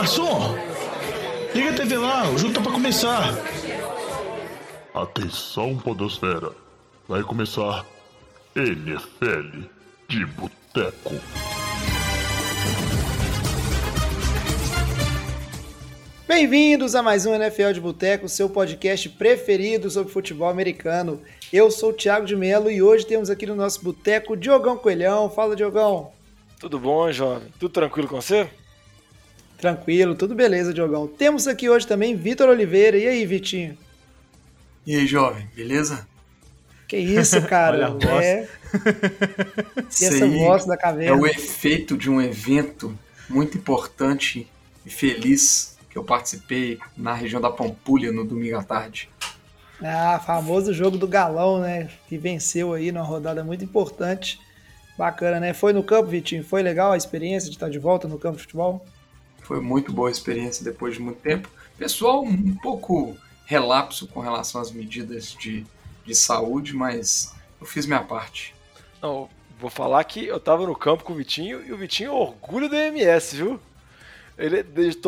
garçom! Liga a TV lá, o jogo tá pra começar. Atenção, podosfera. Vai começar NFL de Boteco. Bem-vindos a mais um NFL de Boteco, seu podcast preferido sobre futebol americano. Eu sou o Thiago de Mello e hoje temos aqui no nosso boteco Diogão Coelhão. Fala, Diogão. Tudo bom, jovem? Tudo tranquilo com você? Tranquilo, tudo beleza, Diogão. Temos aqui hoje também Vitor Oliveira. E aí, Vitinho? E aí, jovem, beleza? Que isso, cara? Olha a voz. Essa voz da caverna. É o efeito de um evento muito importante e feliz que eu participei na região da Pampulha no domingo à tarde. Ah, famoso jogo do Galão, né? Que venceu aí numa rodada muito importante. Bacana, né? Foi no campo, Vitinho? Foi legal a experiência de estar de volta no campo de futebol? Foi muito boa a experiência depois de muito tempo. Pessoal, um pouco relapso com relação às medidas de saúde, mas eu fiz minha parte. Não, vou falar que eu tava no campo com o Vitinho e o Vitinho é orgulho do MS, viu? Ele,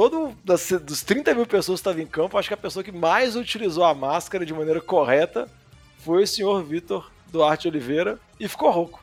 dos 30 mil pessoas que estavam em campo, acho que a pessoa que mais utilizou a máscara de maneira correta foi o senhor Vitor Duarte Oliveira e ficou rouco.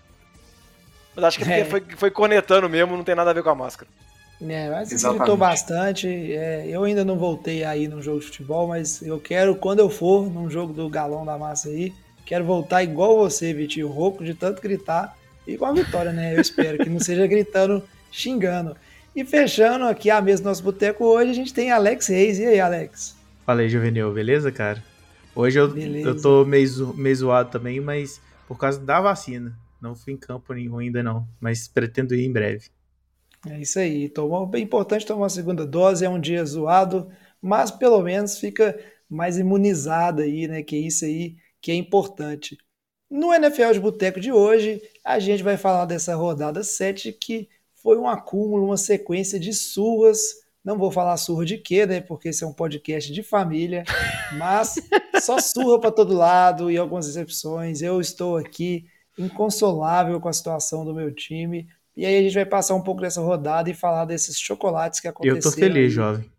Mas acho que foi cornetando mesmo, não tem nada a ver com a máscara. Mas ele gritou bastante. Eu ainda não voltei aí num jogo de futebol, mas eu quero, quando eu for num jogo do Galão da Massa aí, quero voltar igual você, Vitinho, rouco de tanto gritar e com a vitória, né? Eu espero que não seja gritando, xingando. E fechando aqui a mesa do nosso boteco hoje, a gente tem Alex Reis. E aí, Alex? Fala aí, Juvenil, beleza, cara? Hoje eu tô meio zoado também, mas por causa da vacina. Não fui em campo nenhum ainda não, mas pretendo ir em breve. É isso aí, bem importante tomar a segunda dose, é um dia zoado, mas pelo menos fica mais imunizado aí, né? Que é isso aí que é importante. No NFL de Boteco de hoje, a gente vai falar dessa rodada 7, que foi um acúmulo, uma sequência de surras. Não vou falar surra de quê, né? Porque esse é um podcast de família, mas só surra para todo lado e algumas exceções. Eu estou aqui inconsolável com a situação do meu time. E aí a gente vai passar um pouco dessa rodada e falar desses chocolates que aconteceram. Eu tô feliz, jovem.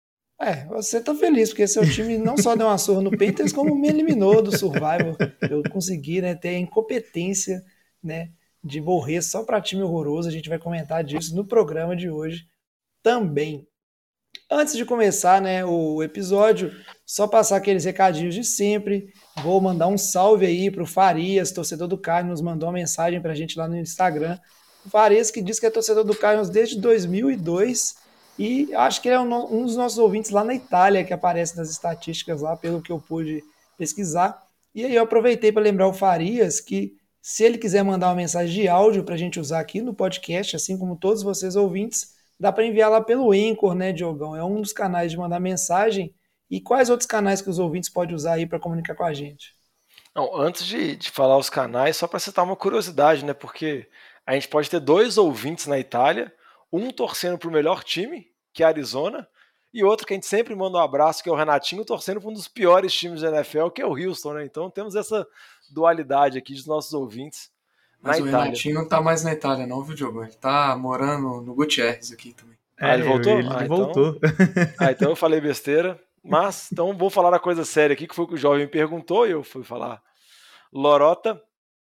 Você tá feliz, porque seu time não só deu uma surra no Panthers, como me eliminou do Survivor. Eu consegui, né, ter a incompetência, né, de morrer só para time horroroso. A gente vai comentar disso no programa de hoje também. Antes de começar, né, o episódio, só passar aqueles recadinhos de sempre. Vou mandar um salve aí pro Farias, torcedor do Carne, nos mandou uma mensagem pra gente lá no Instagram. O Farias, que diz que é torcedor do Cardinals desde 2002 e acho que ele é um dos nossos ouvintes lá na Itália, que aparece nas estatísticas lá, pelo que eu pude pesquisar. E aí eu aproveitei para lembrar o Farias que, se ele quiser mandar uma mensagem de áudio para a gente usar aqui no podcast, assim como todos vocês ouvintes, dá para enviar lá pelo Anchor, né, Diogão? É um dos canais de mandar mensagem. E quais outros canais que os ouvintes podem usar aí para comunicar com a gente? Não, antes de falar os canais, só para citar uma curiosidade, né? Porque a gente pode ter 2 ouvintes na Itália, um torcendo para o melhor time, que é a Arizona, e outro que a gente sempre manda um abraço, que é o Renatinho, torcendo para um dos piores times da NFL, que é o Houston, né? Então temos essa dualidade aqui dos nossos ouvintes na Itália. Mas o Renatinho não tá mais na Itália não, viu, Diogo? Ele tá morando no Gutierrez aqui também. Ele voltou? Ele voltou. Então eu falei besteira, mas então vou falar a coisa séria aqui, que foi o que o jovem me perguntou, e eu fui falar lorota.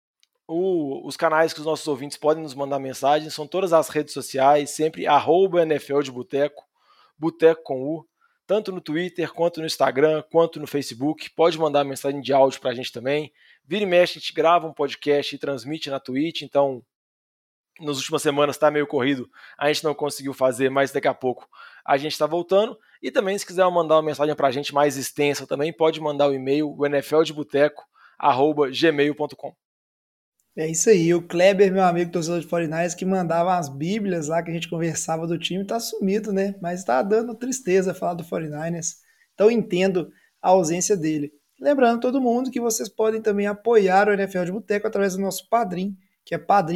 Os canais que os nossos ouvintes podem nos mandar mensagem são todas as redes sociais, sempre @NFL de Boteco, Boteco com U, tanto no Twitter, quanto no Instagram, quanto no Facebook. Pode mandar mensagem de áudio pra gente também. Vira e mexe, a gente grava um podcast e transmite na Twitch, então nas últimas semanas tá meio corrido, a gente não conseguiu fazer, mas daqui a pouco a gente tá voltando. E também, se quiser mandar uma mensagem pra gente mais extensa também, pode mandar o e-mail, o nfldeboteco@gmail.com. É isso aí, o Kleber, meu amigo torcedor de 49ers, que mandava as bíblias lá que a gente conversava do time, tá sumido, né? Mas tá dando tristeza falar do 49ers, então entendo a ausência dele. Lembrando todo mundo que vocês podem também apoiar o NFL de Boteco através do nosso Padrim, que é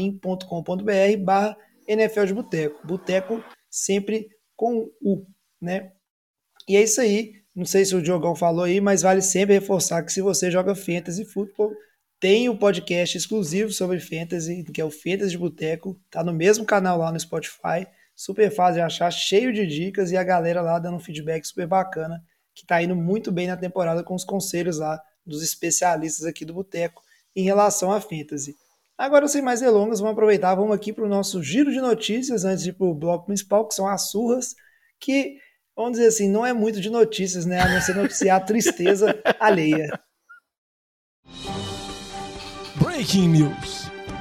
padrim.com.br/NFL de Boteco. Boteco sempre com U, né? E é isso aí, não sei se o Diogão falou aí, mas vale sempre reforçar que se você joga Fantasy Football, tem o podcast exclusivo sobre Fantasy, que é o Fantasy de Boteco, tá no mesmo canal lá no Spotify, super fácil de achar, cheio de dicas e a galera lá dando um feedback super bacana, que tá indo muito bem na temporada com os conselhos lá dos especialistas aqui do Boteco em relação à Fantasy. Agora, sem mais delongas, vamos aproveitar, vamos aqui para o nosso giro de notícias antes de ir para o bloco principal, que são as surras, que, vamos dizer assim, não é muito de notícias, né? A não ser noticiar a tristeza alheia. Breaking News.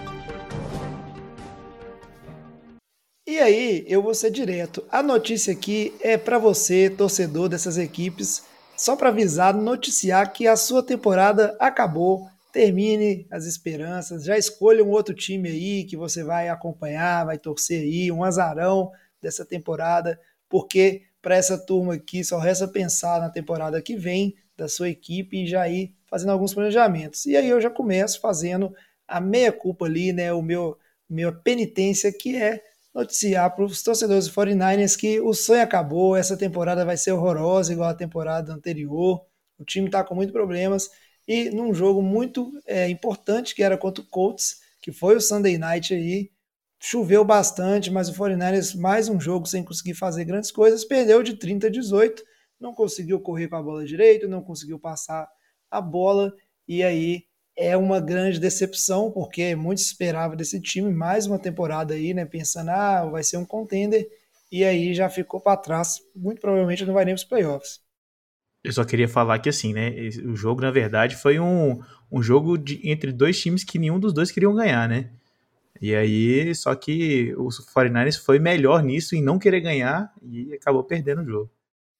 E aí, eu vou ser direto. A notícia aqui é para você, torcedor dessas equipes, só para avisar, noticiar que a sua temporada acabou. Termine as esperanças, já escolha um outro time aí que você vai acompanhar, vai torcer aí, um azarão dessa temporada, porque para essa turma aqui só resta pensar na temporada que vem da sua equipe e já ir fazendo alguns planejamentos. E aí eu já começo fazendo a meia-culpa ali, né, minha penitência, que é noticiar para os torcedores do 49ers que o sonho acabou, essa temporada vai ser horrorosa igual a temporada anterior, o time está com muitos problemas, e num jogo muito importante, que era contra o Colts, que foi o Sunday Night aí, choveu bastante, mas o 49ers, mais um jogo sem conseguir fazer grandes coisas, perdeu de 30-18, não conseguiu correr com a bola direito, não conseguiu passar a bola, e aí é uma grande decepção, porque muito se esperava desse time, mais uma temporada aí, né, pensando, vai ser um contender, e aí já ficou para trás, muito provavelmente não vai nem para os playoffs. Eu só queria falar que, assim, né, o jogo, na verdade, foi um jogo entre dois times que nenhum dos dois queriam ganhar, né? E aí, só que o 49ers foi melhor nisso, em não querer ganhar, e acabou perdendo o jogo.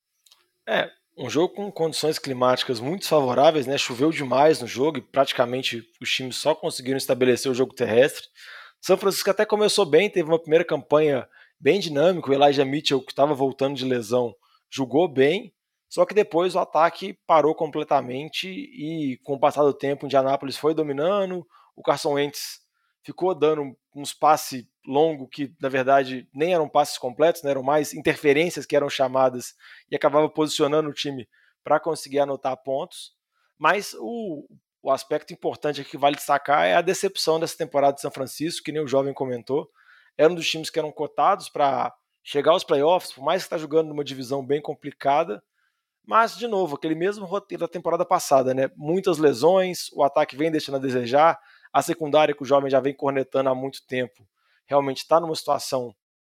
Um jogo com condições climáticas muito desfavoráveis, né? Choveu demais no jogo e praticamente os times só conseguiram estabelecer o jogo terrestre. São Francisco até começou bem, teve uma primeira campanha bem dinâmica, o Elijah Mitchell, que estava voltando de lesão, jogou bem, só que depois o ataque parou completamente e com o passar do tempo, o Indianapolis foi dominando, o Carson Wentz ficou dando uns passes longos que, na verdade, nem eram passes completos, né, eram mais interferências que eram chamadas e acabava posicionando o time para conseguir anotar pontos. Mas o aspecto importante aqui que vale destacar é a decepção dessa temporada de São Francisco, que nem o jovem comentou. Era um dos times que eram cotados para chegar aos playoffs, por mais que está jogando numa divisão bem complicada. Mas, de novo, aquele mesmo roteiro da temporada passada, né? Muitas lesões, o ataque vem deixando a desejar, a secundária que o jovem já vem cornetando há muito tempo realmente está numa situação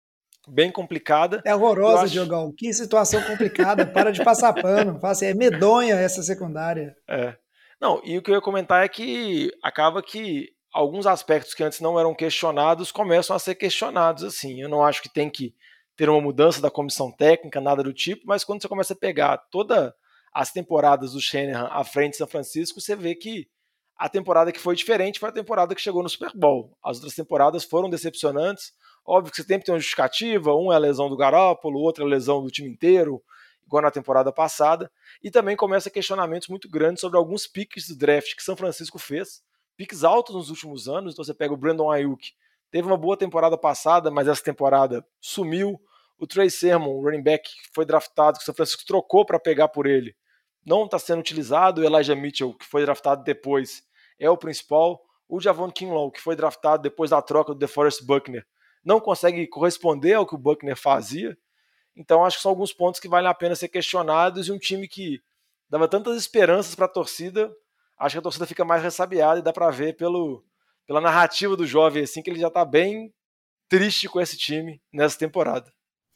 bem complicada. É horrorosa, Diogão. Que situação complicada. Para de passar pano. Fala assim, é medonha essa secundária. Não, e o que eu ia comentar é que acaba que alguns aspectos que antes não eram questionados começam a ser questionados. Assim, eu não acho que tem que ter uma mudança da comissão técnica, nada do tipo, mas quando você começa a pegar todas as temporadas do Shanahan à frente de São Francisco, você vê que a temporada que foi diferente foi a temporada que chegou no Super Bowl. As outras temporadas foram decepcionantes. Óbvio que você sempre tem uma justificativa, um é a lesão do Garoppolo, outro é a lesão do time inteiro, igual na temporada passada. E também começa questionamentos muito grandes sobre alguns piques do draft que São Francisco fez. Piques altos nos últimos anos. Então você pega o Brandon Ayuk, teve uma boa temporada passada, mas essa temporada sumiu. O Trey Sermon, o running back que foi draftado, que o São Francisco trocou para pegar por ele, não está sendo utilizado. O Elijah Mitchell, que foi draftado depois, é o principal. O Javon Kinlaw, que foi draftado depois da troca do DeForest Buckner, não consegue corresponder ao que o Buckner fazia. Então acho que são alguns pontos que valem a pena ser questionados, e um time que dava tantas esperanças para a torcida, acho que a torcida fica mais ressabiada e dá para ver pela narrativa do jovem assim, que ele já está bem triste com esse time nessa temporada.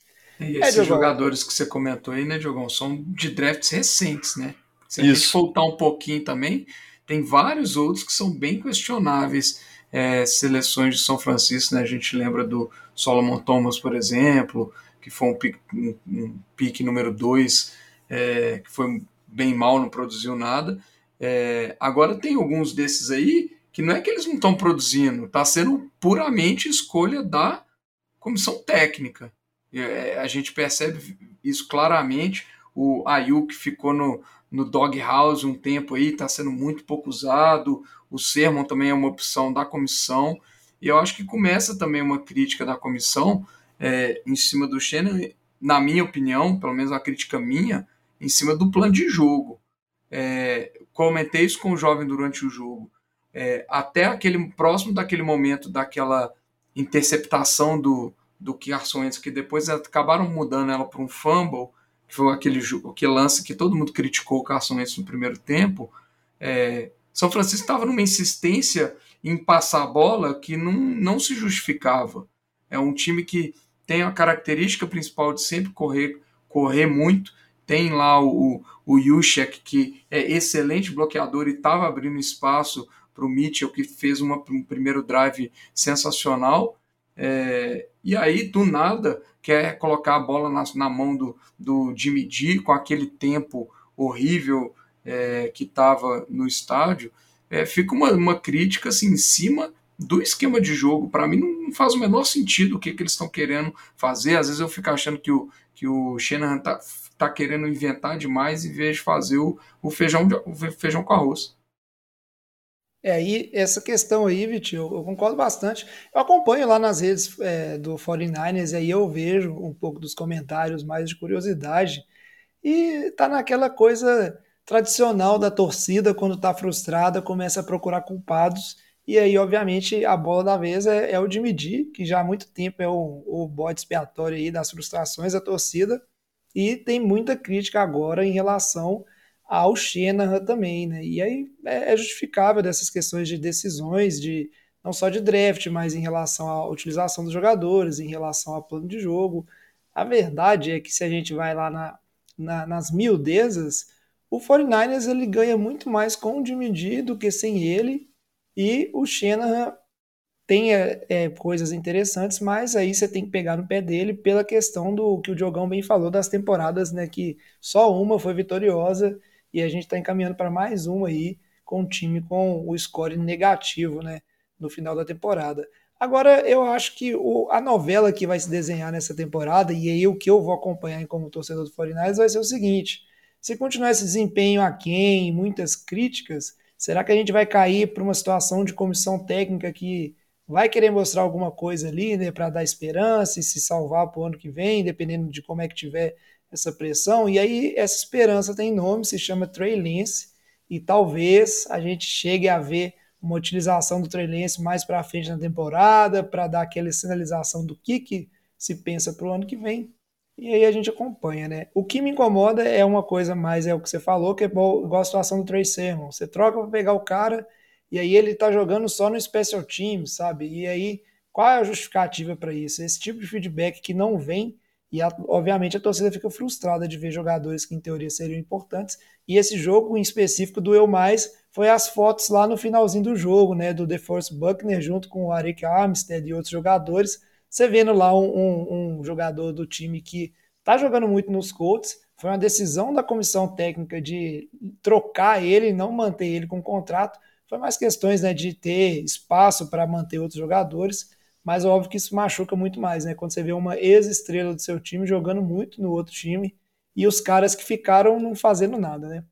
E esses jogadores que você comentou aí, né, Diogão, são de drafts recentes, né? Se a gente voltar um pouquinho também, tem vários outros que são bem questionáveis, seleções de São Francisco, né? A gente lembra do Solomon Thomas, por exemplo, que foi um pique número 2, que foi bem mal, não produziu nada. Agora tem alguns desses aí que não é que eles não estão produzindo, está sendo puramente escolha da comissão técnica. A gente percebe isso claramente. O Ayuk ficou no doghouse um tempo aí, está sendo muito pouco usado. O Sermon também é uma opção da comissão. E eu acho que começa também uma crítica da comissão em cima do Shanahan, na minha opinião, pelo menos uma crítica minha, em cima do plano de jogo. Comentei isso com o jovem durante o jogo. Até próximo daquele momento, daquela interceptação do do Carson Wentz, que depois acabaram mudando ela para um fumble, que foi aquele lance que todo mundo criticou o Carson Wentz no primeiro tempo. São Francisco estava numa insistência em passar a bola que não se justificava. É um time que tem a característica principal de sempre correr muito. Tem lá o Juszczyk, que é excelente bloqueador e estava abrindo espaço para o Mitchell, que fez um primeiro drive sensacional. E aí, do nada, quer colocar a bola na mão do Jimmy G, com aquele tempo horrível que estava no estádio. Fica uma crítica assim, em cima do esquema de jogo. Para mim não faz o menor sentido o que eles estão querendo fazer. Às vezes eu fico achando que o Shanahan tá querendo inventar demais em vez de fazer o feijão com arroz. E essa questão aí, Vitinho, eu concordo bastante. Eu acompanho lá nas redes do 49ers, e aí eu vejo um pouco dos comentários mais de curiosidade, e tá naquela coisa tradicional da torcida, quando tá frustrada, começa a procurar culpados, e aí, obviamente, a bola da vez é o Jimmy G, que já há muito tempo é o bode expiatório aí das frustrações da torcida, e tem muita crítica agora em relação ao Shanahan também, né? E aí é justificável dessas questões de decisões, não só de draft, mas em relação à utilização dos jogadores, em relação ao plano de jogo. A verdade é que se a gente vai lá nas miudezas, o 49ers ele ganha muito mais com o Jimmy G do que sem ele, e o Shanahan tem coisas interessantes, mas aí você tem que pegar no pé dele pela questão do que o Diogão bem falou das temporadas, né, que só uma foi vitoriosa, e a gente está encaminhando para mais uma aí, com o time com o score negativo, né, no final da temporada. Agora, eu acho que a novela que vai se desenhar nessa temporada, e aí o que eu vou acompanhar como torcedor do 49ers, vai ser o seguinte: se continuar esse desempenho aquém, muitas críticas, será que a gente vai cair para uma situação de comissão técnica que vai querer mostrar alguma coisa ali, né, para dar esperança e se salvar para o ano que vem, dependendo de como é que tiver essa pressão? E aí essa esperança tem nome, se chama Trey Lance, e talvez a gente chegue a ver uma utilização do Trey Lance mais para frente na temporada, para dar aquela sinalização do que se pensa para o ano que vem, e aí a gente acompanha, né? O que me incomoda é uma coisa mais, é o que você falou, que é igual a situação do Trey Sermon. Você troca para pegar o cara, e aí ele tá jogando só no special team, sabe? E aí, qual é a justificativa para isso? Esse tipo de feedback que não vem, e obviamente a torcida fica frustrada de ver jogadores que em teoria seriam importantes, e esse jogo em específico doeu mais, foi as fotos lá no finalzinho do jogo, né, do DeForest Buckner junto com o Arik Armstead e outros jogadores, você vendo lá um jogador do time que tá jogando muito nos Colts. Foi uma decisão da comissão técnica de trocar ele e não manter ele com contrato. Foi mais questões, né, de ter espaço para manter outros jogadores, mas óbvio que isso machuca muito mais, né? Quando você vê uma ex-estrela do seu time jogando muito no outro time e os caras que ficaram não fazendo nada, né?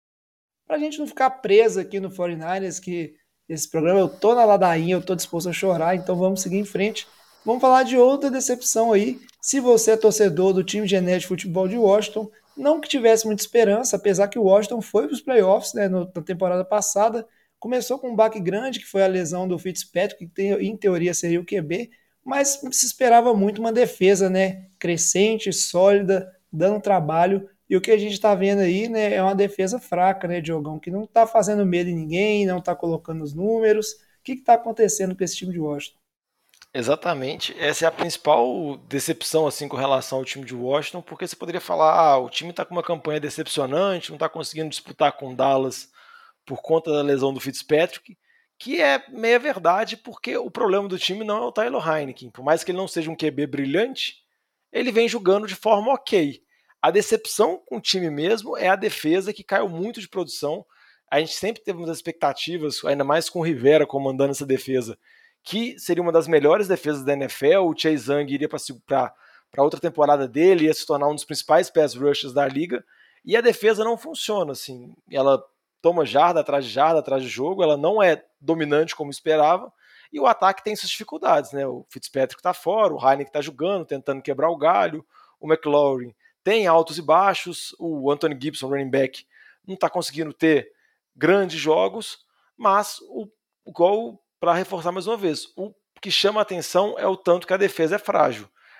Pra gente não ficar preso aqui no 49ers, que esse programa eu tô na ladainha, eu tô disposto a chorar, então vamos seguir em frente. Vamos falar de outra decepção aí. Se você é torcedor do time genético de futebol de Washington, não que tivesse muita esperança, apesar que o Washington foi para os playoffs, né, na temporada passada. Começou com um baque grande, que foi a lesão do Fitzpatrick, que em teoria seria o QB, mas se esperava muito uma defesa, né, crescente, sólida, dando trabalho. E o que a gente está vendo aí, né, é uma defesa fraca, né, Diogão, que não está fazendo medo em ninguém, não está colocando os números. O que está acontecendo com esse time de Washington? Exatamente, essa é a principal decepção assim com relação ao time de Washington, porque você poderia falar, o time está com uma campanha decepcionante, não está conseguindo disputar com Dallas por conta da lesão do Fitzpatrick, que é meia verdade, porque o problema do time não é o Taylor Heinicke. Por mais que ele não seja um QB brilhante, ele vem jogando de forma ok. A decepção com o time mesmo é a defesa, que caiu muito de produção. A gente sempre teve muitas expectativas, ainda mais com o Rivera comandando essa defesa, que seria uma das melhores defesas da NFL. O Chase Young iria para outra temporada dele, ia se tornar um dos principais pass rushers da liga, e a defesa não funciona, assim, ela toma jarda atrás de jogo, ela não é dominante como esperava, e o ataque tem suas dificuldades, né? O Fitzpatrick está fora, o Heinicke está jogando, tentando quebrar o galho, o McLaurin tem altos e baixos, o Anthony Gibson, running back, não está conseguindo ter grandes jogos, mas igual para reforçar mais uma vez, o que chama a atenção é o tanto que a defesa é frágil.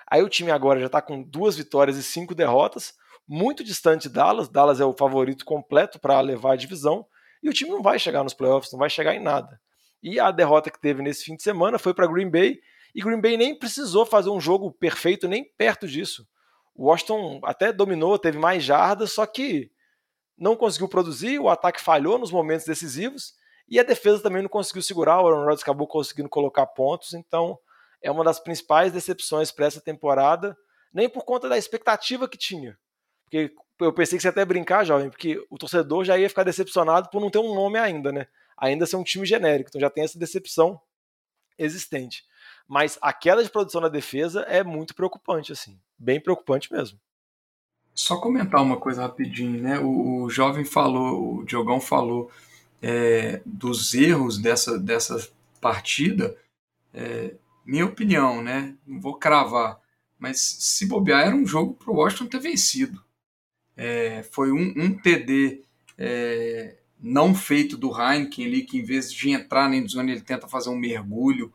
Aí o time agora já está com 2 vitórias e 5 derrotas, muito distante de Dallas. Dallas é o favorito completo para levar a divisão, e o time não vai chegar nos playoffs, não vai chegar em nada. E a derrota que teve nesse fim de semana foi para Green Bay, e Green Bay nem precisou fazer um jogo perfeito, nem perto disso. O Washington até dominou, teve mais jardas, só que não conseguiu produzir, o ataque falhou nos momentos decisivos, e a defesa também não conseguiu segurar, o Aaron Rodgers acabou conseguindo colocar pontos, então é uma das principais decepções para essa temporada, nem por conta da expectativa que tinha. Porque eu pensei que você ia até brincar, jovem, porque o torcedor já ia ficar decepcionado por não ter um nome ainda, né? Ainda ser um time genérico, então já tem essa decepção existente. Mas a queda de produção da defesa é muito preocupante, assim, bem preocupante mesmo. Só comentar uma coisa rapidinho, né? O jovem falou, o Diogão falou dos erros dessa partida. Minha opinião, né? Não vou cravar, mas se bobear era um jogo para o Washington ter vencido. Foi um TD não feito do Heineken ali, que em vez de entrar na endzone ele tenta fazer um mergulho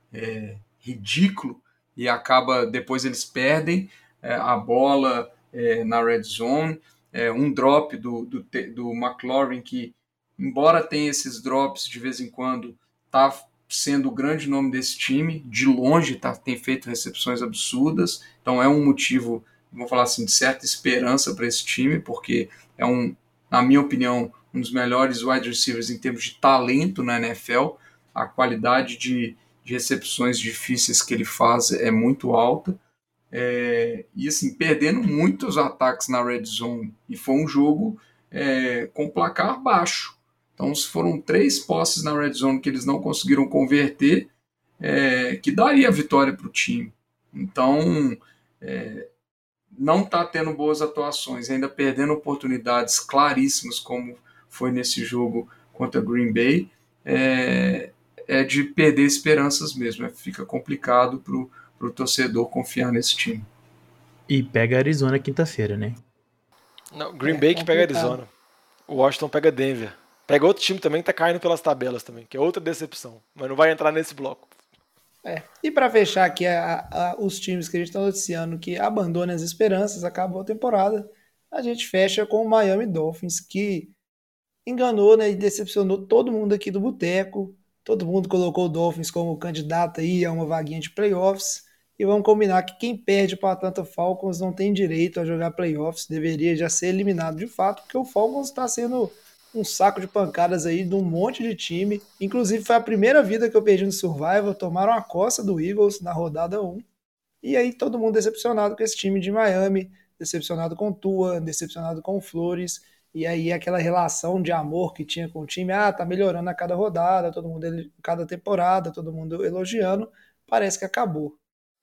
ridículo e acaba, depois eles perdem a bola na red zone, um drop do McLaurin que, embora tenha esses drops de vez em quando, está sendo o grande nome desse time, de longe tem feito recepções absurdas, então é um motivo, vamos falar assim, de certa esperança para esse time, porque na minha opinião, um dos melhores wide receivers em termos de talento na NFL. A qualidade de recepções difíceis que ele faz é muito alta, e assim, perdendo muitos ataques na red zone, e foi um jogo com placar baixo. Então, se foram 3 posses na red zone que eles não conseguiram converter, que daria a vitória para o time. Então, não está tendo boas atuações, ainda perdendo oportunidades claríssimas, como foi nesse jogo contra Green Bay, de perder esperanças mesmo. Fica complicado para o torcedor confiar nesse time. E pega Arizona quinta-feira, né? Não, Green Bay que pega Arizona. O Washington pega Denver. Pega outro time também que tá caindo pelas tabelas também, que é outra decepção, mas não vai entrar nesse bloco. E para fechar aqui os times que a gente está noticiando que abandonam as esperanças, acabou a temporada, a gente fecha com o Miami Dolphins, que enganou, né, e decepcionou todo mundo aqui do boteco. Todo mundo colocou o Dolphins como candidato aí a uma vaguinha de playoffs. E vamos combinar que quem perde para o Atlanta Falcons não tem direito a jogar playoffs, deveria já ser eliminado de fato, porque o Falcons está sendo um saco de pancadas aí de um monte de time. Inclusive foi a primeira vida que eu perdi no Survivor, tomaram a coça do Eagles na rodada 1. E aí todo mundo decepcionado com esse time de Miami, decepcionado com o Tua, decepcionado com o Flores. E aí aquela relação de amor que tinha com o time, tá melhorando a cada rodada, todo mundo, cada temporada, todo mundo elogiando, parece que acabou.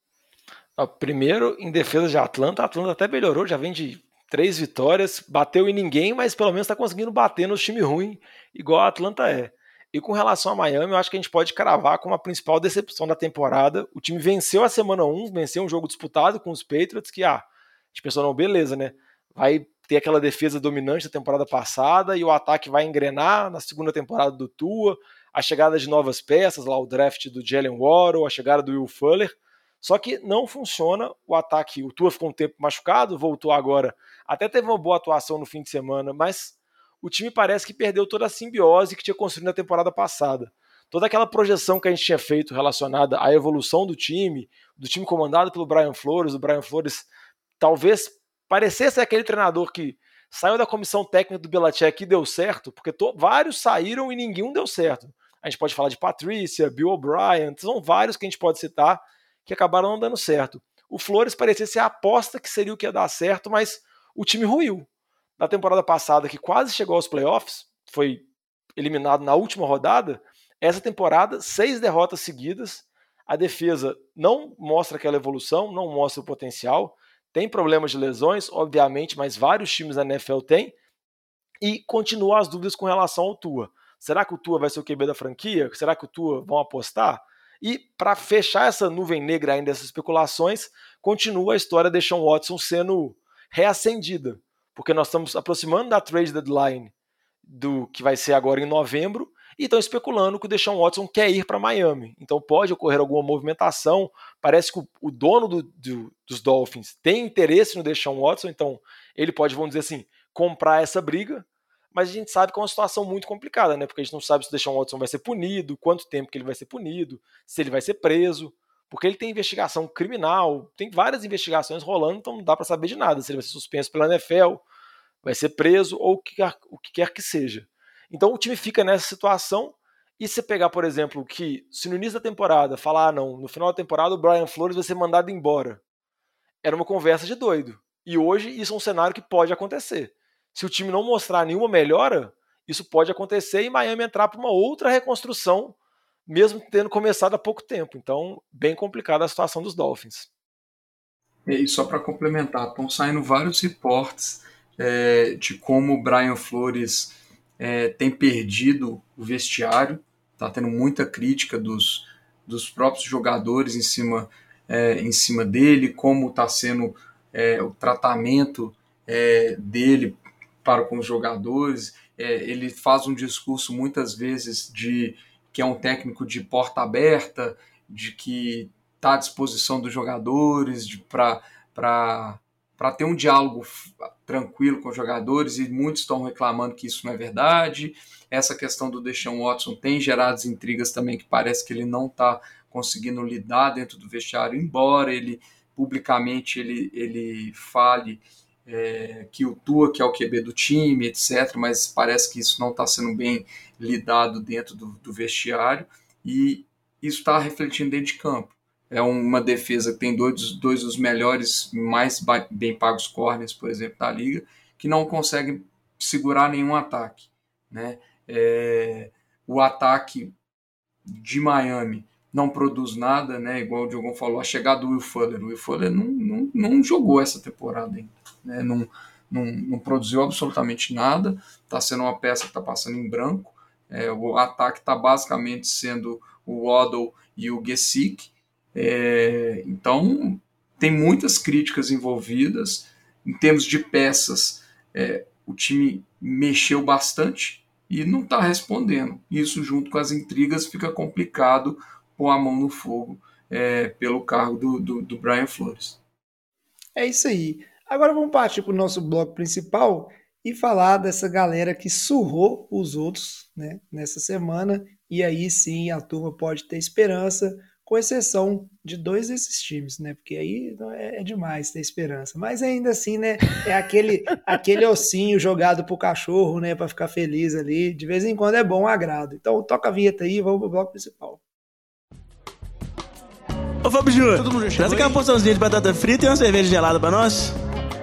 Primeiro, em defesa de Atlanta, a Atlanta até melhorou, já vem de 3 vitórias, bateu em ninguém, mas pelo menos está conseguindo bater nos times ruins, igual a Atlanta é. E com relação a Miami, eu acho que a gente pode cravar como a principal decepção da temporada. O time venceu a semana 1, venceu um jogo disputado com os Patriots, que a gente pensou, não, beleza, né? Vai ter aquela defesa dominante da temporada passada e o ataque vai engrenar na segunda temporada do Tua, a chegada de novas peças, lá o draft do Jalen Waddle, a chegada do Will Fuller. Só que não funciona o ataque. O Tua ficou um tempo machucado, voltou agora. Até teve uma boa atuação no fim de semana, mas o time parece que perdeu toda a simbiose que tinha construído na temporada passada. Toda aquela projeção que a gente tinha feito relacionada à evolução do time comandado pelo Brian Flores. O Brian Flores talvez parecesse aquele treinador que saiu da comissão técnica do Belichick e deu certo, porque vários saíram e nenhum deu certo. A gente pode falar de Patrícia, Bill O'Brien, são vários que a gente pode citar que acabaram não dando certo. O Flores parecia ser a aposta que seria o que ia dar certo, mas o time ruiu. Na temporada passada, que quase chegou aos playoffs, foi eliminado na última rodada, essa temporada, 6 derrotas seguidas, a defesa não mostra aquela evolução, não mostra o potencial, tem problemas de lesões, obviamente, mas vários times da NFL têm, e continuam as dúvidas com relação ao Tua. Será que o Tua vai ser o QB da franquia? Será que o Tua vão apostar? E para fechar essa nuvem negra ainda dessas especulações, continua a história de Deshaun Watson sendo reacendida, porque nós estamos aproximando da trade deadline do que vai ser agora em novembro, e estão especulando que o Deshaun Watson quer ir para Miami. Então pode ocorrer alguma movimentação. Parece que o dono dos Dolphins tem interesse no Deshaun Watson, então ele pode, vamos dizer assim, comprar essa briga, mas a gente sabe que é uma situação muito complicada, né? Porque a gente não sabe se o Deshaun Watson vai ser punido, quanto tempo que ele vai ser punido, se ele vai ser preso, porque ele tem investigação criminal, tem várias investigações rolando, então não dá para saber de nada, se ele vai ser suspenso pela NFL, vai ser preso ou o que quer que seja. Então o time fica nessa situação, e se pegar, por exemplo, que se no início da temporada falar, não, no final da temporada o Brian Flores vai ser mandado embora, era uma conversa de doido. E hoje isso é um cenário que pode acontecer. Se o time não mostrar nenhuma melhora, isso pode acontecer e Miami entrar para uma outra reconstrução, mesmo tendo começado há pouco tempo. Então, bem complicada a situação dos Dolphins. E só para complementar, estão saindo vários reportes de como o Brian Flores tem perdido o vestiário, está tendo muita crítica dos próprios jogadores em cima dele, como está sendo o tratamento dele para com os jogadores. Ele faz um discurso muitas vezes de que é um técnico de porta aberta, de que está à disposição dos jogadores para ter um diálogo tranquilo com os jogadores, e muitos estão reclamando que isso não é verdade. Essa questão do Deshaun Watson tem gerado intrigas também, que parece que ele não está conseguindo lidar dentro do vestiário, embora ele publicamente ele fale que o Tua, que é o QB do time, etc., mas parece que isso não está sendo bem lidado dentro do vestiário, e isso está refletindo dentro de campo. É uma defesa que tem dois dos melhores, mais bem pagos corners, por exemplo, da liga, que não conseguem segurar nenhum ataque, né? O ataque de Miami não produz nada, né? Igual o Diogão falou, a chegada do Will Fuller. O Will Fuller não jogou essa temporada ainda, né? Não produziu absolutamente nada, está sendo uma peça que está passando em branco. O ataque está basicamente sendo o Waddle e o Gesicki. Então tem muitas críticas envolvidas. Em termos de peças, o time mexeu bastante e não está respondendo. Isso, junto com as intrigas, fica complicado pôr a mão no fogo pelo cargo do Brian Flores. É isso aí. Agora vamos partir para o nosso bloco principal e falar dessa galera que surrou os outros, né, nessa semana. E aí sim a turma pode ter esperança, com exceção de 2 desses times, né? Porque aí é demais ter esperança. Mas ainda assim, né? É aquele ossinho jogado pro cachorro, né? Para ficar feliz ali. De vez em quando é bom, agrado. Então toca a vinheta aí e vamos pro bloco principal. Ô Fábio Júnior, traz aquela porçãozinha de batata frita e uma cerveja gelada pra nós.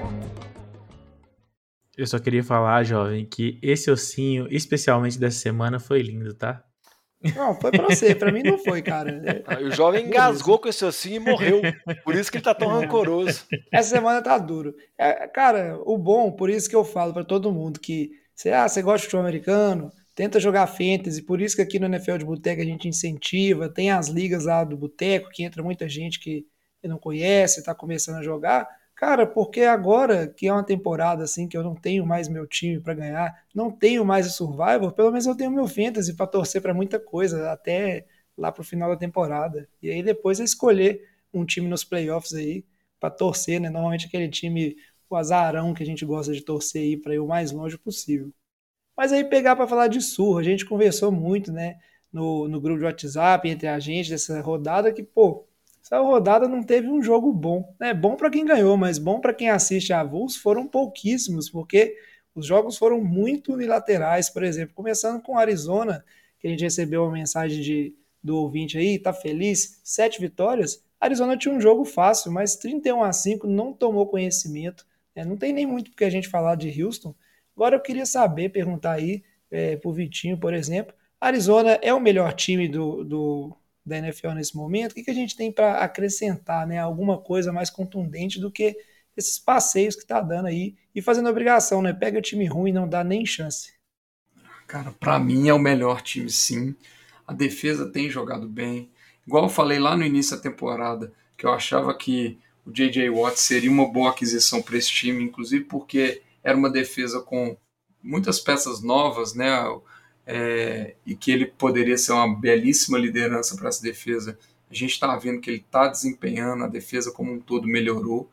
Eu só queria falar, jovem, que esse ossinho, especialmente dessa semana, foi lindo, tá? Não, foi pra você, pra mim não foi, cara. O jovem engasgou com esse ossinho e morreu. Por isso que ele tá tão rancoroso. Essa semana tá duro. Cara, o bom, por isso que eu falo pra todo mundo que você gosta de futebol americano, tenta jogar fantasy, por isso que aqui no NFL de Boteco a gente incentiva, tem as ligas lá do Boteco, que entra muita gente que não conhece, tá começando a jogar. Cara, porque agora que é uma temporada assim que eu não tenho mais meu time para ganhar, não tenho mais o Survivor, pelo menos eu tenho meu Fantasy para torcer para muita coisa, até lá pro final da temporada. E aí depois é escolher um time nos playoffs aí para torcer, né? Normalmente aquele time, o azarão que a gente gosta de torcer aí para ir o mais longe possível. Mas aí pegar para falar de surra, a gente conversou muito, né, no grupo de WhatsApp entre a gente dessa rodada que, pô, essa rodada não teve um jogo bom, né? Bom para quem ganhou, mas bom para quem assiste a avulso foram pouquíssimos, porque os jogos foram muito unilaterais, por exemplo, começando com Arizona, que a gente recebeu uma mensagem do ouvinte aí, tá feliz, 7 vitórias. Arizona tinha um jogo fácil, mas 31-5 não tomou conhecimento, né? Não tem nem muito porque a gente falar de Houston. Agora eu queria saber, perguntar aí pro Vitinho, por exemplo, Arizona é o melhor time da NFL nesse momento? O que a gente tem para acrescentar, né? Alguma coisa mais contundente do que esses passeios que tá dando aí e fazendo obrigação, né? Pega o time ruim e não dá nem chance. Cara, para mim é o melhor time, sim. A defesa tem jogado bem. Igual eu falei lá no início da temporada, que eu achava que o J.J. Watt seria uma boa aquisição para esse time, inclusive porque era uma defesa com muitas peças novas, né? e que ele poderia ser uma belíssima liderança para essa defesa. A gente está vendo que ele está desempenhando, a defesa como um todo melhorou,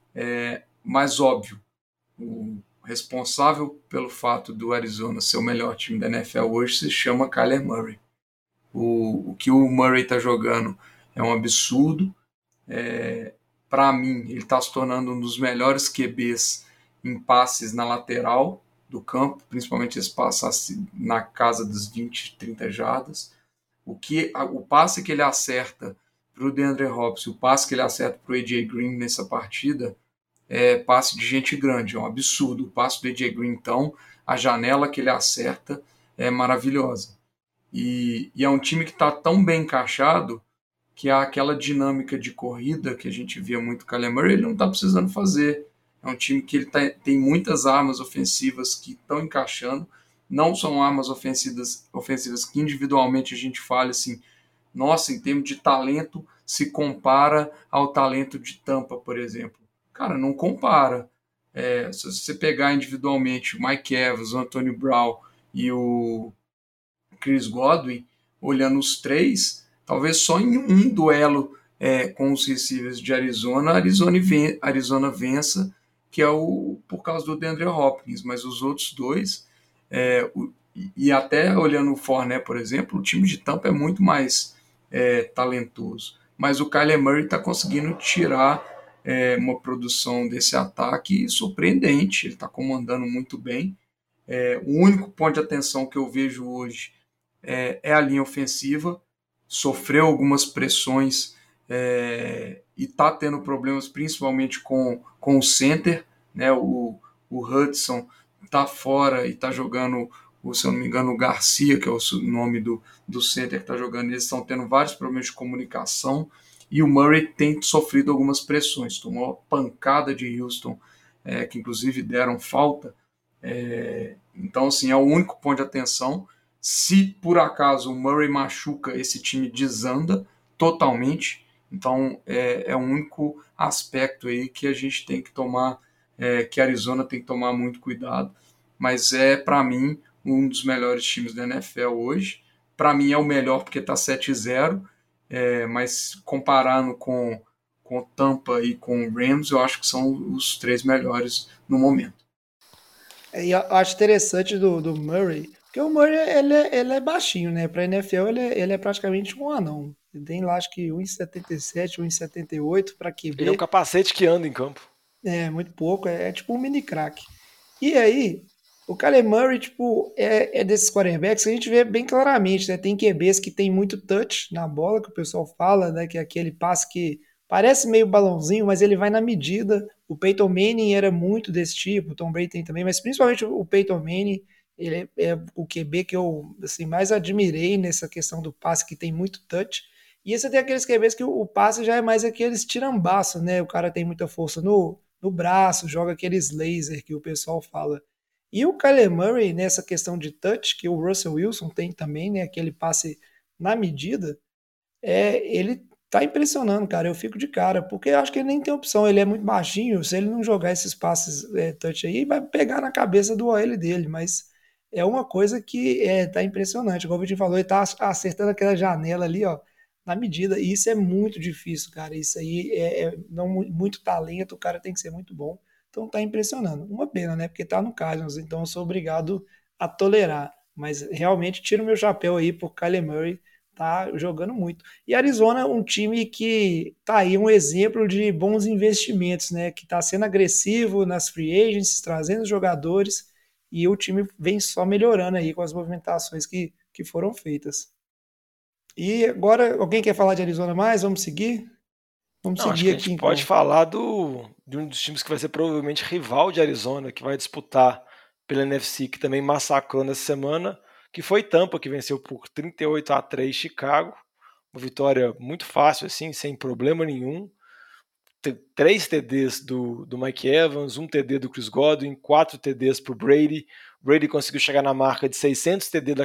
mas óbvio, o responsável pelo fato do Arizona ser o melhor time da NFL hoje se chama Kyler Murray. O que o Murray está jogando é um absurdo. Para mim, ele está se tornando um dos melhores QBs em passes na lateral do campo, principalmente esse passe na casa dos 20, 30 jardas. O passe que ele acerta para o DeAndre Hopkins, o passe que ele acerta para o AJ Green nessa partida, é passe de gente grande, é um absurdo. O passe do AJ Green, então, a janela que ele acerta é maravilhosa. E é um time que está tão bem encaixado que aquela dinâmica de corrida que a gente via muito com o Kyler Murray, ele não está precisando fazer. É um time que ele tem muitas armas ofensivas que estão encaixando. Não são armas ofensivas que individualmente a gente fala assim, nossa, em termos de talento, se compara ao talento de Tampa, por exemplo. Cara, não compara. Se você pegar individualmente o Mike Evans, o Antonio Brown e o Chris Godwin, olhando os três, talvez só em um duelo com os receivers de Arizona, Arizona vença, que é por causa do DeAndre Hopkins, mas os outros dois, e até olhando o Fournette, por exemplo, o time de Tampa é muito mais talentoso, mas o Kyler Murray está conseguindo tirar uma produção desse ataque surpreendente, ele está comandando muito bem. O único ponto de atenção que eu vejo hoje é a linha ofensiva, sofreu algumas pressões e está tendo problemas principalmente com o center, né? O Hudson está fora e está jogando, se eu não me engano, o Garcia, que é o nome do center que está jogando, eles estão tendo vários problemas de comunicação, e o Murray tem sofrido algumas pressões, tomou uma pancada de Houston, que inclusive deram falta, então assim, é o único ponto de atenção. Se por acaso o Murray machuca, esse time desanda totalmente, então é o único aspecto aí que a gente tem que tomar, que a Arizona tem que tomar muito cuidado, mas para mim um dos melhores times da NFL hoje. Para mim é o melhor porque está 7-0, mas comparando com Tampa e com o Rams, eu acho que são os três melhores no momento. Eu acho interessante do Murray, porque o Murray ele é baixinho, né? Para a NFL ele é praticamente um anão. Ele tem lá acho que 1,77, 1,78 para QB. Ele é um capacete que anda em campo. Muito pouco, é tipo um mini crack. E aí, o Kyler Murray, tipo, é desses quarterbacks que a gente vê bem claramente, né? Tem QBs que tem muito touch na bola, que o pessoal fala, né? Que é aquele passe que parece meio balãozinho, mas ele vai na medida. O Peyton Manning era muito desse tipo, o Tom Brady tem também, mas principalmente o Peyton Manning, ele é o QB que eu assim, mais admirei nessa questão do passe, que tem muito touch. E você tem aqueles QBs que o passe já é mais aqueles tirambaço, né? O cara tem muita força no braço, joga aqueles laser que o pessoal fala. E o Kyler Murray, nessa questão de touch, que o Russell Wilson tem também, né? Aquele passe na medida, ele tá impressionando, cara. Eu fico de cara, porque eu acho que ele nem tem opção. Ele é muito baixinho. Se ele não jogar esses passes touch aí, vai pegar na cabeça do OL dele. Mas é uma coisa que tá impressionante. Como o Vitinho falou, ele tá acertando aquela janela ali, ó, na medida. E isso é muito difícil, cara. Isso aí não muito talento. O cara tem que ser muito bom. Então tá impressionando. Uma pena, né? Porque tá no Cardinals. Então eu sou obrigado a tolerar. Mas realmente tiro meu chapéu aí pro Kyler Murray. Tá jogando muito. E Arizona é um time que tá aí um exemplo de bons investimentos, né? Que tá sendo agressivo nas free agents, trazendo jogadores, e o time vem só melhorando aí com as movimentações que foram feitas. E agora, alguém quer falar de Arizona mais? Vamos seguir? Vamos seguir acho que aqui. A gente pode falar de um dos times que vai ser provavelmente rival de Arizona, que vai disputar pela NFC, que também massacrou nessa semana, que foi Tampa, que venceu por 38-3 Chicago. Uma vitória muito fácil, assim, sem problema nenhum. 3 TDs do Mike Evans, 1 TD do Chris Godwin, 4 TDs para o Brady. O Brady conseguiu chegar na marca de 600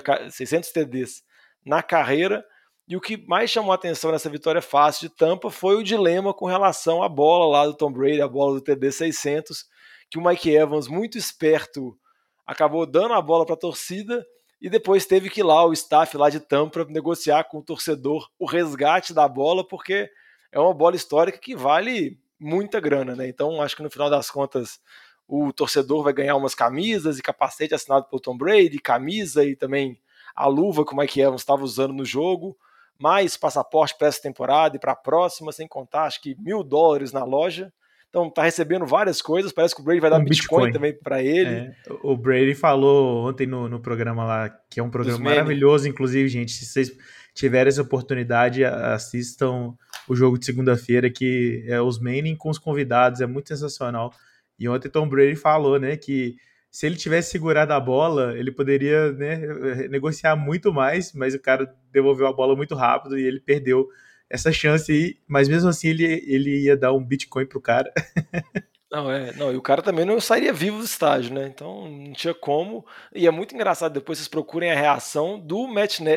TDs na carreira. E o que mais chamou a atenção nessa vitória fácil de Tampa foi o dilema com relação à bola lá do Tom Brady, a bola do TD 600, que o Mike Evans, muito esperto, acabou dando a bola para a torcida, e depois teve que ir lá o staff lá de Tampa negociar com o torcedor o resgate da bola, porque é uma bola histórica que vale muita grana, né? Então acho que no final das contas o torcedor vai ganhar umas camisas e capacete assinado pelo Tom Brady, camisa e também a luva que o Mike Evans estava usando no jogo, mais passaporte para essa temporada e para a próxima, sem contar acho que $1.000 na loja. Então tá recebendo várias coisas, parece que o Brady vai dar Bitcoin também para ele. O Brady falou ontem no programa lá, que é um programa maravilhoso, inclusive, gente, se vocês tiverem essa oportunidade, assistam o jogo de segunda-feira, que é os Manning com os convidados, é muito sensacional. E ontem Tom Brady falou, né, que se ele tivesse segurado a bola, ele poderia, né, negociar muito mais, mas o cara devolveu a bola muito rápido e ele perdeu essa chance aí, mas mesmo assim ele ia dar um Bitcoin pro cara. Não, e o cara também não sairia vivo do estádio, né? Então não tinha como. E é muito engraçado, depois vocês procurem a reação do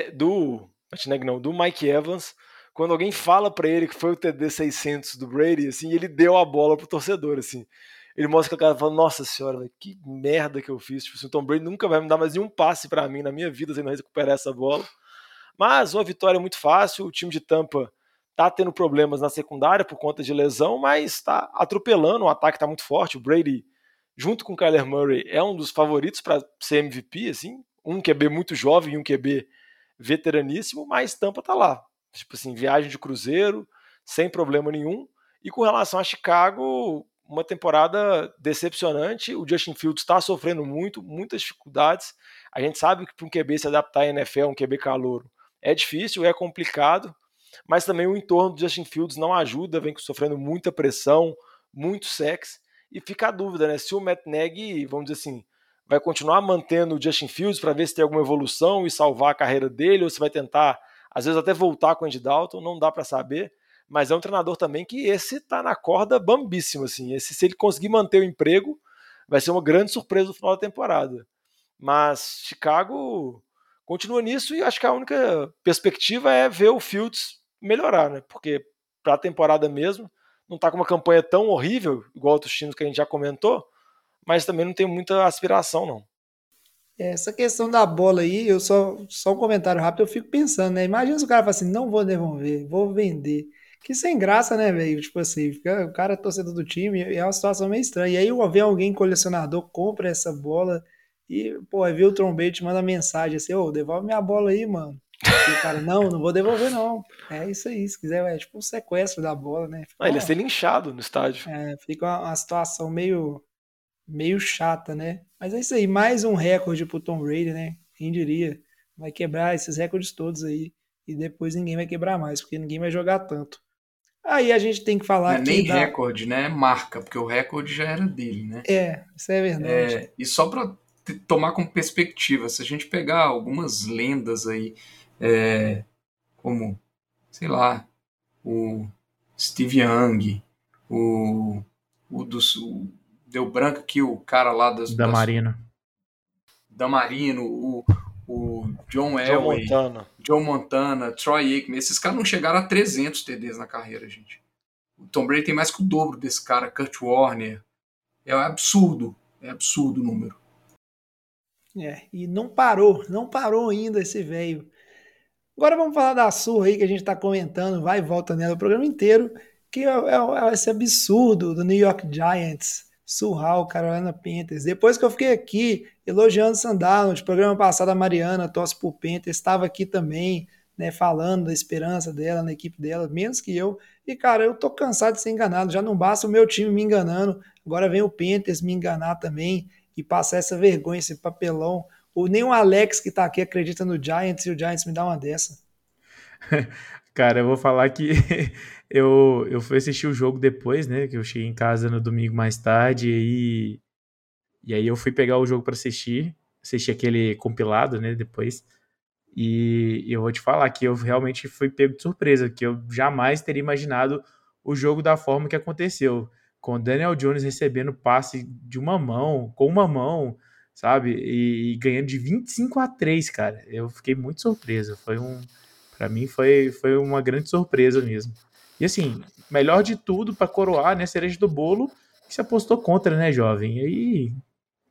do Mike Evans, quando alguém fala pra ele que foi o TD 600 do Brady, assim, e ele deu a bola pro torcedor, assim. Ele mostra que o cara fala, nossa senhora, véio, que merda que eu fiz. Tipo, o Tom Brady nunca vai me dar mais nenhum passe pra mim na minha vida se não recuperar essa bola. Mas uma vitória muito fácil, o time de Tampa tá tendo problemas na secundária por conta de lesão, mas tá atropelando, o ataque tá muito forte. O Brady, junto com o Kyler Murray, é um dos favoritos para ser MVP, assim, um QB muito jovem e um QB veteraníssimo, mas Tampa tá lá. Tipo assim, viagem de cruzeiro, sem problema nenhum. E com relação a Chicago, uma temporada decepcionante. O Justin Fields está sofrendo muitas dificuldades. A gente sabe que para um QB se adaptar à NFL, um QB calouro, é difícil, é complicado, mas também o entorno do Justin Fields não ajuda, vem sofrendo muita pressão, muito sexo, e fica a dúvida, né? Se o Matt Nagy, vamos dizer assim, vai continuar mantendo o Justin Fields para ver se tem alguma evolução e salvar a carreira dele, ou se vai tentar, às vezes, até voltar com o Andy Dalton, não dá para saber, mas é um treinador também que esse tá na corda bambíssima, assim. Se ele conseguir manter o emprego, vai ser uma grande surpresa no final da temporada. Mas Chicago continua nisso e acho que a única perspectiva é ver o Fields melhorar, né? Porque para a temporada mesmo, não tá com uma campanha tão horrível, igual outros times que a gente já comentou, mas também não tem muita aspiração, não. Essa questão da bola aí, eu só um comentário rápido, eu fico pensando, né? Imagina se o cara fala assim, não vou devolver, vou vender. Que sem graça, né, velho? Tipo assim, o cara é torcedor do time e é uma situação meio estranha. E aí vem alguém colecionador, compra essa bola e, pô, aí vê o Tom Brady, manda mensagem assim, ô, devolve minha bola aí, mano. E o cara, não vou devolver, não. É isso aí, se quiser, é tipo um sequestro da bola, né? Ele ia ser linchado no estádio. Fica uma situação meio chata, né? Mas é isso aí, mais um recorde pro Tom Brady, né? Quem diria? Vai quebrar esses recordes todos aí e depois ninguém vai quebrar mais, porque ninguém vai jogar tanto. Aí a gente tem que falar que... Nem recorde, né? Marca, porque o recorde já era dele, né? Isso é verdade. E só para tomar como perspectiva, se a gente pegar algumas lendas aí, como, sei lá, o Steve Young, deu branco aqui o cara lá Damarino, o John Elway, Joe Montana, Troy Aikman, esses caras não chegaram a 300 TDs na carreira, gente. O Tom Brady tem mais que o dobro desse cara, Kurt Warner. É absurdo o número. E não parou ainda esse velho. Agora vamos falar da surra aí que a gente tá comentando, vai e volta nela o programa inteiro, que é esse absurdo do New York Giants surrar o Carolina Panthers. Depois que eu fiquei aqui elogiando o Sam Darnold, programa passado a Mariana torce pro Panthers, estava aqui também, né, falando da esperança dela na equipe dela, menos que eu. E, cara, eu tô cansado de ser enganado, já não basta o meu time me enganando, agora vem o Panthers me enganar também e passar essa vergonha, esse papelão. Nem o Alex que tá aqui acredita no Giants e o Giants me dá uma dessa. Cara, eu vou falar que eu fui assistir o jogo depois, né? Que eu cheguei em casa no domingo mais tarde e aí eu fui pegar o jogo para assistir aquele compilado, né? Depois. E eu vou te falar que eu realmente fui pego de surpresa, que eu jamais teria imaginado o jogo da forma que aconteceu. Com o Daniel Jones recebendo passe de uma mão, com uma mão, sabe? E ganhando de 25-3, cara. Eu fiquei muito surpreso. Pra mim foi uma grande surpresa mesmo. E assim, melhor de tudo para coroar, né, cereja do bolo, que se apostou contra, né, jovem? E aí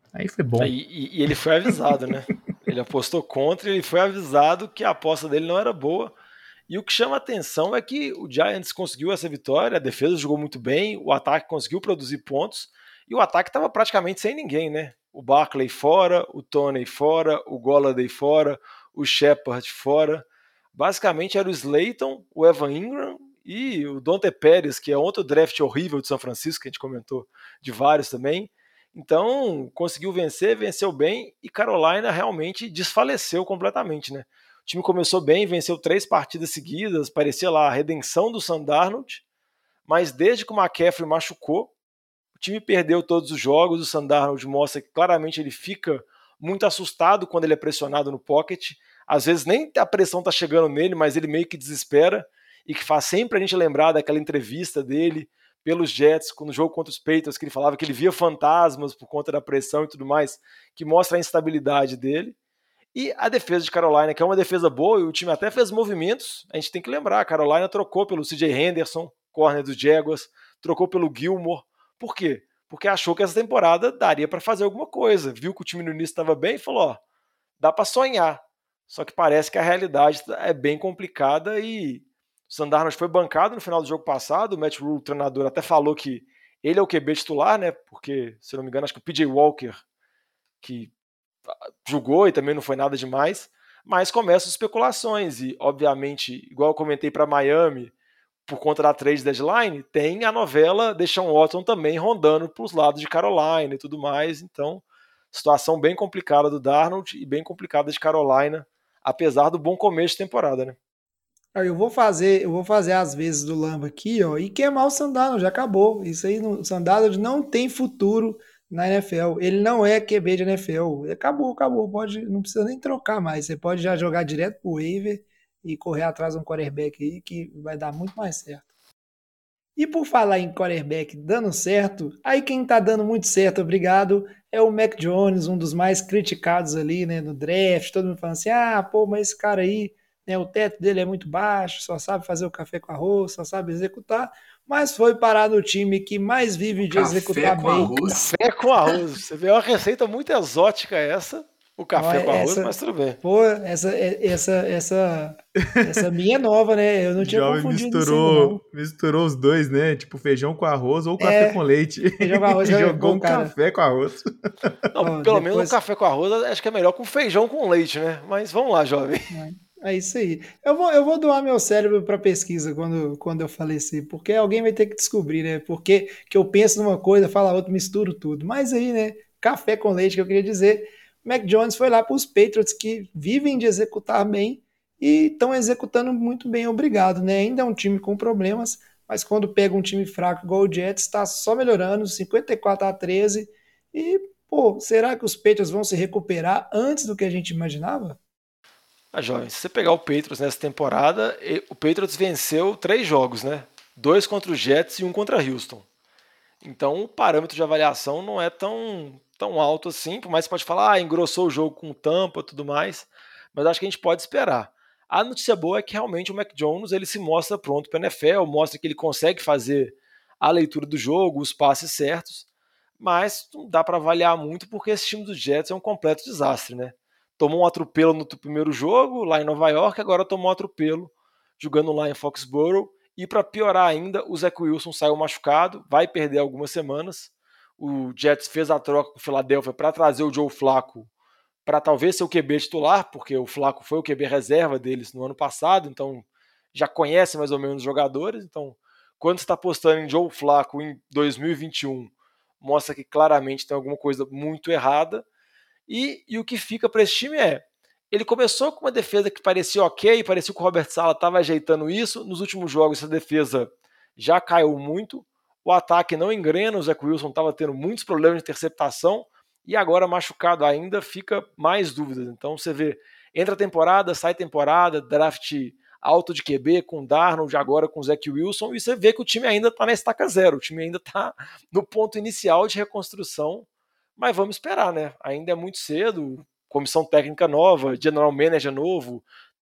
Aí foi bom. E ele foi avisado, né? Ele apostou contra e ele foi avisado que a aposta dele não era boa. E o que chama a atenção é que o Giants conseguiu essa vitória, a defesa jogou muito bem, o ataque conseguiu produzir pontos, e o ataque estava praticamente sem ninguém, né? O Barkley fora, o Toney fora, o Golladay fora, o Shepard fora. Basicamente era o Slayton, o Evan Ingram e o Dante Pérez, que é outro draft horrível de São Francisco, que a gente comentou de vários também. Então, conseguiu vencer, venceu bem, e Carolina realmente desfaleceu completamente, né? O time começou bem, venceu 3 partidas seguidas, parecia lá a redenção do Sam Darnold, mas desde que o McCaffrey machucou, o time perdeu todos os jogos. O Sam Darnold mostra que claramente ele fica muito assustado quando ele é pressionado no pocket. Às vezes nem a pressão está chegando nele, mas ele meio que desespera, e que faz sempre a gente lembrar daquela entrevista dele pelos Jets, no jogo contra os Patriots, que ele falava que ele via fantasmas por conta da pressão e tudo mais, que mostra a instabilidade dele. E a defesa de Carolina, que é uma defesa boa, e o time até fez movimentos, a gente tem que lembrar, a Carolina trocou pelo C.J. Henderson, corner dos Jaguars, trocou pelo Gilmore. Por quê? Porque achou que essa temporada daria para fazer alguma coisa, viu que o time no início estava bem e falou, ó, dá para sonhar. Só que parece que a realidade é bem complicada e o Sam Darnold foi bancado no final do jogo passado. O Matt Rhule, o treinador, até falou que ele é o QB titular, né? Porque, se não me engano, acho que o P.J. Walker, que jogou e também não foi nada demais, mas começam especulações e, obviamente, igual eu comentei para Miami, por conta da trade deadline, tem a novela Deshaun Watson também rondando para os lados de Carolina e tudo mais. Então, situação bem complicada do Darnold e bem complicada de Carolina, apesar do bom começo de temporada, né? Eu vou fazer às vezes do Lamba aqui, ó, e queimar o Sam Darnold, já acabou. Isso aí, o Sam Darnold não tem futuro na NFL. Ele não é QB de NFL. Acabou. Não precisa nem trocar mais. Você pode já jogar direto pro waiver e correr atrás de um quarterback aí que vai dar muito mais certo. E por falar em quarterback dando certo, aí quem tá dando muito certo, obrigado, é o Mac Jones, um dos mais criticados ali, né, no draft. Todo mundo falando assim, mas esse cara aí, né, o teto dele é muito baixo, só sabe fazer o café com arroz, só sabe executar, mas foi parar no time que mais vive de executar bem. Café com arroz. Você vê uma receita muito exótica essa, o café com arroz, mas tudo bem. Pô, essa minha é nova, né? Eu não tinha confundido isso. Misturou os dois, né? Tipo feijão com arroz ou café com leite. Feijão com arroz. Jogou um café com arroz. Não, pelo menos um café com arroz acho que é melhor com feijão com leite, né? Mas vamos lá, jovem. É isso aí. Eu vou doar meu cérebro para pesquisa quando eu falecer, porque alguém vai ter que descobrir, né? Porque que eu penso numa coisa, falo a outra, misturo tudo. Mas aí, né? Café com leite, que eu queria dizer. Mac Jones foi lá para os Patriots, que vivem de executar bem e estão executando muito bem, obrigado, né? Ainda é um time com problemas, mas quando pega um time fraco igual o Jets, está só melhorando, 54-13. E, pô, será que os Patriots vão se recuperar antes do que a gente imaginava? Jovem, se você pegar o Patriots nessa temporada, o Patriots venceu 3 jogos, né? 2 contra os Jets e 1 contra Houston. Então o parâmetro de avaliação não é tão alto assim, por mais que você pode falar, engrossou o jogo com Tampa e tudo mais, mas acho que a gente pode esperar. A notícia boa é que realmente o Mac Jones ele se mostra pronto para a NFL, mostra que ele consegue fazer a leitura do jogo, os passes certos, mas não dá para avaliar muito porque esse time dos Jets é um completo desastre, né? Tomou um atropelo no primeiro jogo, lá em Nova York, agora tomou um atropelo jogando lá em Foxborough. E para piorar ainda, o Zach Wilson saiu machucado, vai perder algumas semanas. O Jets fez a troca com o Philadelphia para trazer o Joe Flacco para talvez ser o QB titular, porque o Flacco foi o QB reserva deles no ano passado, então já conhece mais ou menos os jogadores. Então, quando você está apostando em Joe Flacco em 2021, mostra que claramente tem alguma coisa muito errada. E o que fica para esse time ele começou com uma defesa que parecia ok, parecia que o Robert Saleh estava ajeitando isso. Nos últimos jogos, essa defesa já caiu muito. O ataque não engrena, o Zach Wilson estava tendo muitos problemas de interceptação e agora machucado ainda, fica mais dúvidas. Então você vê, entra temporada, sai temporada, draft alto de QB com Darnold, agora com o Zach Wilson, e você vê que o time ainda está na estaca zero, o time ainda está no ponto inicial de reconstrução, mas vamos esperar, né? Ainda é muito cedo, comissão técnica nova, general manager novo,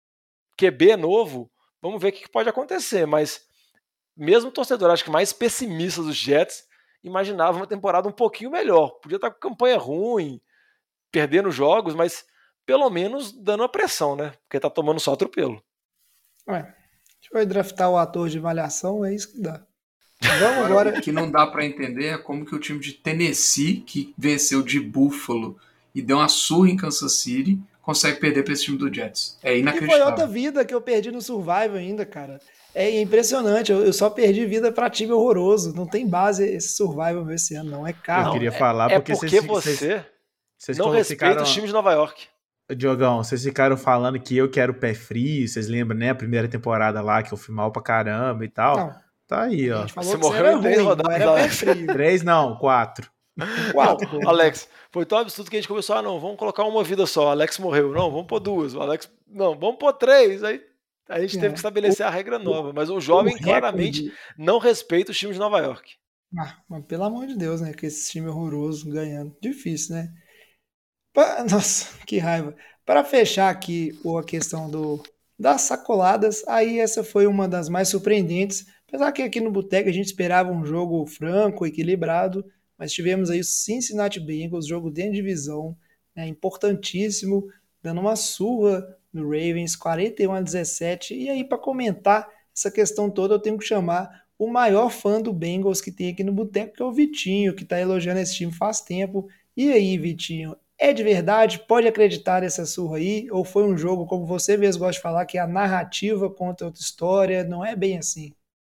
QB novo, vamos ver o que pode acontecer, mas mesmo o torcedor, acho que mais pessimista dos Jets, imaginava uma temporada um pouquinho melhor. Podia estar com campanha ruim, perdendo jogos, mas pelo menos dando a pressão, né? Porque tá tomando só atropelo. A gente vai draftar o ator de Malhação, é isso que dá. Vamos agora. O que não dá para entender é como que o time de Tennessee, que venceu de Buffalo e deu uma surra em Kansas City, consegue perder para esse time do Jets. É inacreditável. E foi outra vida que eu perdi no Survival ainda, cara. É impressionante, eu só perdi vida para time horroroso. Não tem base esse Survival esse ano, não é carro. Eu queria falar porque você não respeita os times de Nova York. Diogão, vocês ficaram falando que eu quero pé frio, vocês lembram, né? A primeira temporada lá que eu fui mal pra caramba e tal. Não. Tá aí, ó. Você morreu em 3 rodadas. Não era pé frio. 3 não, 4. 4. Alex, foi tão absurdo que a gente começou, não, vamos colocar uma vida só, o Alex morreu, não, vamos pôr 2, o Alex, não, vamos pôr 3, aí a gente teve que estabelecer a regra nova, mas o jovem claramente não respeita os times de Nova York. Mas pelo amor de Deus, né, que esse time horroroso ganhando, difícil, né? Nossa, que raiva. Para fechar aqui a questão das sacoladas, aí essa foi uma das mais surpreendentes, apesar que aqui no Boteco a gente esperava um jogo franco, equilibrado, mas tivemos aí o Cincinnati Bengals, jogo dentro de divisão, né, importantíssimo, dando uma surra no Ravens, 41-17, e aí para comentar essa questão toda eu tenho que chamar o maior fã do Bengals que tem aqui no Boteco, que é o Vitinho, que está elogiando esse time faz tempo. E aí, Vitinho, é de verdade? Pode acreditar nessa surra aí? Ou foi um jogo, como você mesmo gosta de falar, que a narrativa conta outra história? Não é bem assim.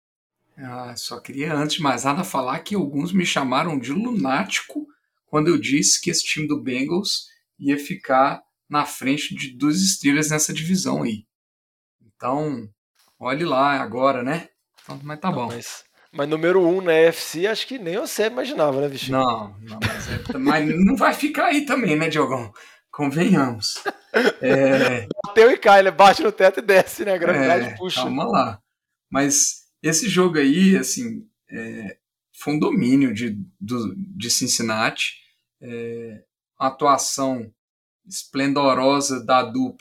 Só queria, antes de mais nada, falar que alguns me chamaram de lunático quando eu disse que esse time do Bengals ia ficar na frente dos Steelers nessa divisão aí. Então, olhe lá agora, né? Então, mas tá bom. Mas número 1 na AFC, acho que nem você imaginava, né, Vichinho? Não, mas não vai ficar aí também, né, Diogão? Convenhamos. Bateu e cai, né? Bate no teto e desce, né? A gravidade puxa. Calma lá. Mas esse jogo aí, assim, foi um domínio de Cincinnati. A atuação esplendorosa da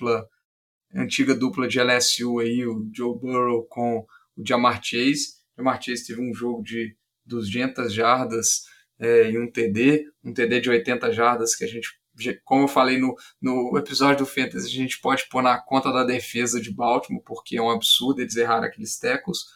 antiga dupla de LSU aí, o Joe Burrow com o Ja'Marr Chase. O Ja'Marr Chase teve um jogo de 200 jardas e um TD de 80 jardas que a gente, como eu falei no episódio do Fantasy, a gente pode pôr na conta da defesa de Baltimore, porque é um absurdo eles erraram aqueles tackles.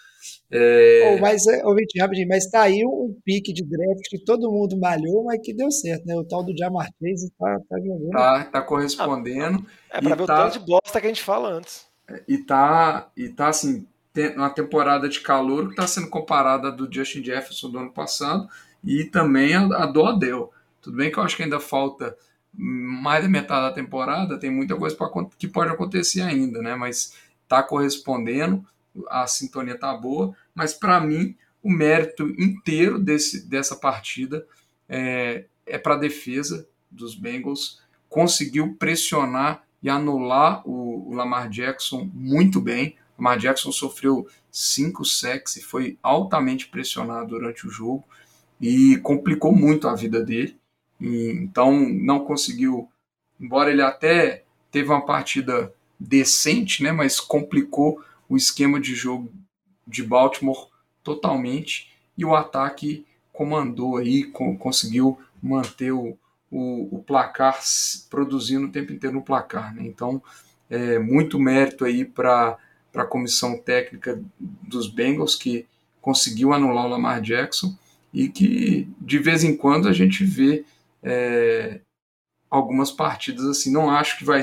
Mas tá aí um pique de draft que todo mundo malhou, mas que deu certo, né? O tal do Ja'Marr Chase tá jogando. Tá correspondendo. Pra ver o tanto de bosta que a gente fala antes. E tá assim, uma temporada de calor que está sendo comparada à do Justin Jefferson do ano passado e também a do Odell. Tudo bem que eu acho que ainda falta mais da metade da temporada, tem muita coisa que pode acontecer ainda, né? Mas tá correspondendo, a sintonia tá boa, mas para mim o mérito inteiro dessa partida é para a defesa dos Bengals. Conseguiu pressionar e anular o Lamar Jackson muito bem. O Lamar Jackson sofreu 5 sacks e foi altamente pressionado durante o jogo e complicou muito a vida dele. Então não conseguiu, embora ele até teve uma partida decente, né, mas complicou o esquema de jogo de Baltimore totalmente, e o ataque comandou aí, conseguiu manter o placar, produzindo o tempo inteiro no placar, né? Então muito mérito aí para a comissão técnica dos Bengals, que conseguiu anular o Lamar Jackson e que de vez em quando a gente vê algumas partidas assim. Não acho que vai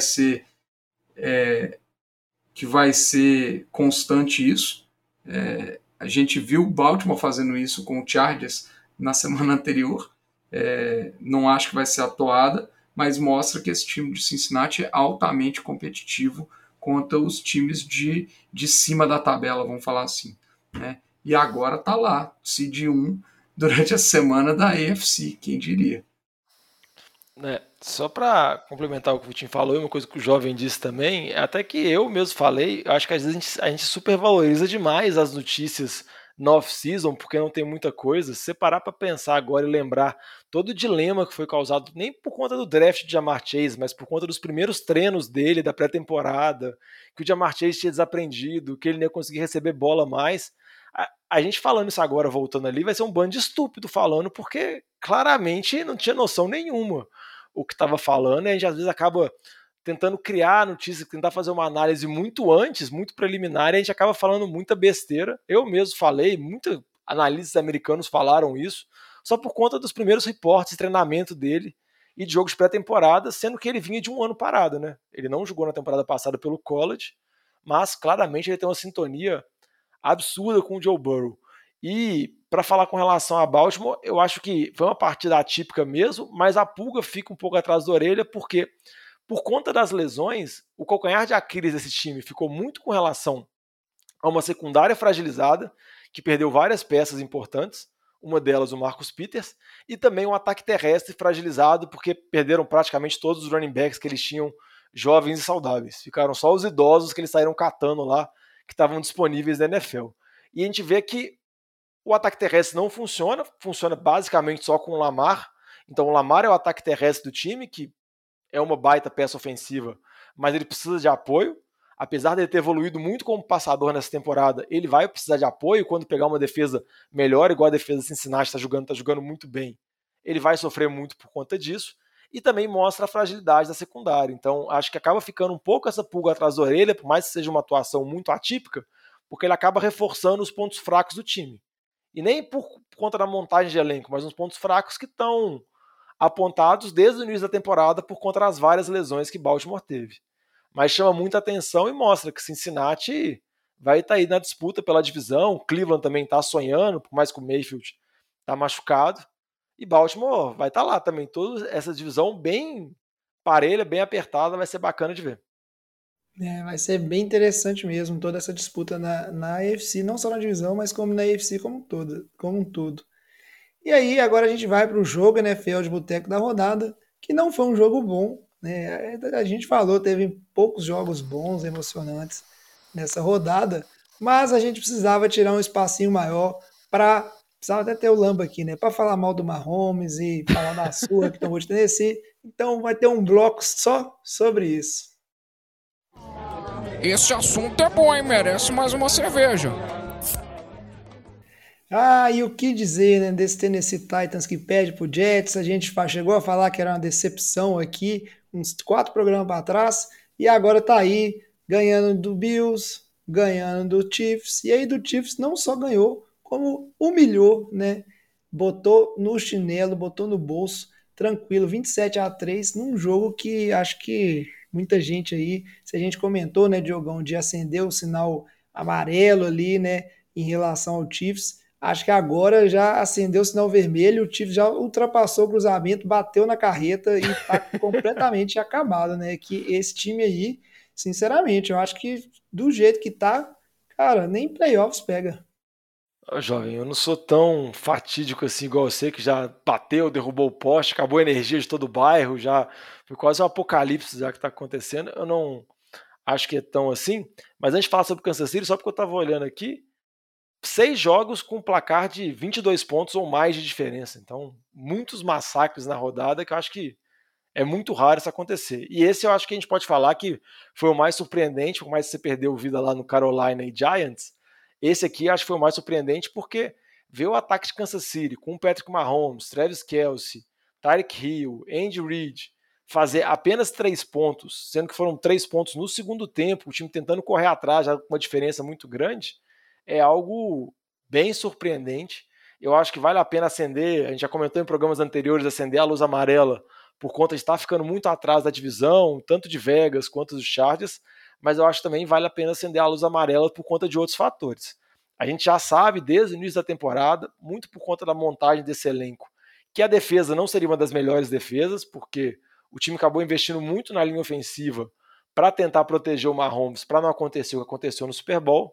ser constante isso. A gente viu o Baltimore fazendo isso com o Chargers na semana anterior. Não acho que vai ser a toada, mas mostra que esse time de Cincinnati é altamente competitivo contra os times de cima da tabela, vamos falar assim, né? E agora tá lá, seed 1 durante a semana da AFC, quem diria. Só para complementar o que o Vitinho falou, e uma coisa que o jovem disse também, até que eu mesmo falei, acho que às vezes a gente supervaloriza demais as notícias no off-season, porque não tem muita coisa. Se você parar para pensar agora e lembrar todo o dilema que foi causado, nem por conta do draft de Ja'Marr Chase, mas por conta dos primeiros treinos dele, da pré-temporada, que o Ja'Marr Chase tinha desaprendido, que ele não ia conseguir receber bola mais, a gente falando isso agora, voltando ali, vai ser um bando de estúpido falando, porque claramente não tinha noção nenhuma o que estava falando, e a gente às vezes acaba tentando criar notícias, tentar fazer uma análise muito antes, muito preliminar, e a gente acaba falando muita besteira. Eu mesmo falei, muitos analistas americanos falaram isso, só por conta dos primeiros reportes de treinamento dele e de jogos de pré-temporada, sendo que ele vinha de um ano parado, né? Ele não jogou na temporada passada pelo college, mas claramente ele tem uma sintonia absurda com o Joe Burrow. E para falar com relação a Baltimore, eu acho que foi uma partida atípica mesmo, mas a pulga fica um pouco atrás da orelha, porque por conta das lesões, o calcanhar de Aquiles desse time ficou muito com relação a uma secundária fragilizada, que perdeu várias peças importantes, uma delas o Marcus Peters, e também um ataque terrestre fragilizado, porque perderam praticamente todos os running backs que eles tinham jovens e saudáveis. Ficaram só os idosos que eles saíram catando lá, que estavam disponíveis na NFL. E a gente vê que o ataque terrestre não funciona basicamente só com o Lamar. Então o Lamar é o ataque terrestre do time, que é uma baita peça ofensiva, mas ele precisa de apoio. Apesar de ele ter evoluído muito como passador nessa temporada, ele vai precisar de apoio quando pegar uma defesa melhor, igual a defesa de Cincinnati está jogando muito bem. Ele vai sofrer muito por conta disso. E também mostra a fragilidade da secundária. Então, acho que acaba ficando um pouco essa pulga atrás da orelha, por mais que seja uma atuação muito atípica, porque ele acaba reforçando os pontos fracos do time. E nem por conta da montagem de elenco, mas uns pontos fracos que estão apontados desde o início da temporada por conta das várias lesões que Baltimore teve. Mas chama muita atenção e mostra que Cincinnati vai estar aí na disputa pela divisão. Cleveland também está sonhando, por mais que o Mayfield está machucado. E Baltimore vai estar lá também. Toda essa divisão bem parelha, bem apertada, vai ser bacana de ver. Vai ser bem interessante mesmo, toda essa disputa na AFC, não só na divisão, mas como na AFC como um todo. E aí, agora a gente vai para o jogo NFL de Boteco da rodada, que não foi um jogo bom, né? A gente falou, teve poucos jogos bons, emocionantes nessa rodada, mas a gente precisava tirar um espacinho maior precisava até ter o Lamba aqui, né? Para falar mal do Mahomes e falar da surra que tomou de Tennessee. Então vai ter um bloco só sobre isso. Esse assunto é bom, hein? Merece mais uma cerveja. E o que dizer, né, desse Tennessee Titans que perde pro Jets? A gente chegou a falar que era uma decepção aqui, uns 4 programas para trás, e agora tá aí, ganhando do Bills, ganhando do Chiefs, e aí do Chiefs não só ganhou, como humilhou, né? Botou no chinelo, botou no bolso, tranquilo, 27-3, num jogo que acho que muita gente aí, se a gente comentou, né, Diogão, de acender o sinal amarelo ali, né, em relação ao Chiefs, acho que agora já acendeu o sinal vermelho, o Chiefs já ultrapassou o cruzamento, bateu na carreta e tá completamente acabado, né, que esse time aí, sinceramente, eu acho que do jeito que tá, cara, nem playoffs pega. Jovem, eu não sou tão fatídico assim igual você, que já bateu, derrubou o poste, acabou a energia de todo o bairro, já foi quase um apocalipse já que está acontecendo. Eu não acho que é tão assim, mas antes de falar sobre Kansas City, só porque eu estava olhando aqui, 6 jogos com placar de 22 pontos ou mais de diferença. Então, muitos massacres na rodada que eu acho que é muito raro isso acontecer. E esse eu acho que a gente pode falar que foi o mais surpreendente, por mais que você perdeu vida lá no Carolina e Giants. Esse aqui acho que foi o mais surpreendente porque ver o ataque de Kansas City com o Patrick Mahomes, Travis Kelce, Tyreek Hill, Andy Reid fazer apenas 3 pontos, sendo que foram 3 pontos no segundo tempo, o time tentando correr atrás, já com uma diferença muito grande, é algo bem surpreendente. Eu acho que vale a pena acender, a gente já comentou em programas anteriores, acender a luz amarela por conta de estar ficando muito atrás da divisão, tanto de Vegas quanto dos Chargers, mas eu acho que também vale a pena acender a luz amarela por conta de outros fatores. A gente já sabe, desde o início da temporada, muito por conta da montagem desse elenco, que a defesa não seria uma das melhores defesas, porque o time acabou investindo muito na linha ofensiva para tentar proteger o Mahomes, para não acontecer o que aconteceu no Super Bowl,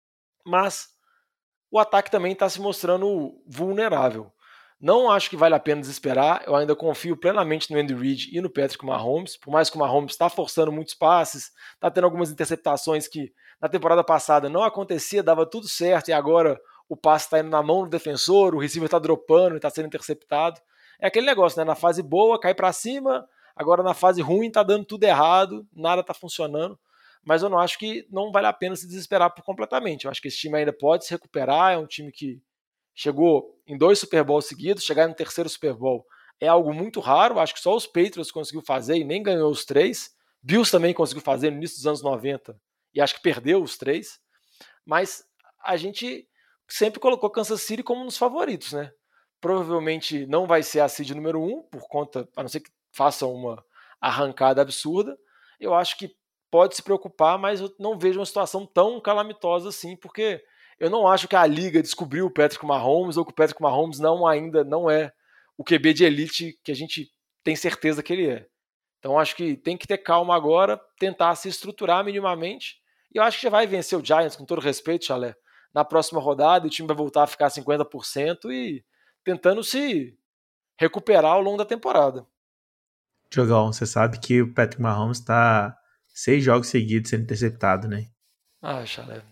mas o ataque também está se mostrando vulnerável. Não acho que vale a pena desesperar, eu ainda confio plenamente no Andy Reid e no Patrick Mahomes, por mais que o Mahomes está forçando muitos passes, está tendo algumas interceptações que na temporada passada não acontecia, dava tudo certo e agora o passe está indo na mão do defensor, o receiver está dropando e está sendo interceptado. É aquele negócio, né? Na fase boa cai para cima, agora na fase ruim está dando tudo errado, nada está funcionando, mas eu não acho que não vale a pena se desesperar completamente. Eu acho que esse time ainda pode se recuperar, é um time que chegou em 2 Super Bowls seguidos, chegar no 3º Super Bowl é algo muito raro, acho que só os Patriots conseguiu fazer e nem ganhou os 3. Bills também conseguiu fazer no início dos anos 90 e acho que perdeu os 3. Mas a gente sempre colocou Kansas City como um dos favoritos, né? Provavelmente não vai ser a seed número 1, por conta, a não ser que façam uma arrancada absurda. Eu acho que pode se preocupar, mas eu não vejo uma situação tão calamitosa assim, porque eu não acho que a liga descobriu o Patrick Mahomes ou que o Patrick Mahomes ainda não é o QB de elite que a gente tem certeza que ele é. Então acho que tem que ter calma agora, tentar se estruturar minimamente, e eu acho que já vai vencer o Giants, com todo respeito, Chalé, na próxima rodada, e o time vai voltar a ficar 50% e tentando se recuperar ao longo da temporada. Diogão, você sabe que o Patrick Mahomes está 6 jogos seguidos sendo interceptado, né? Chalé.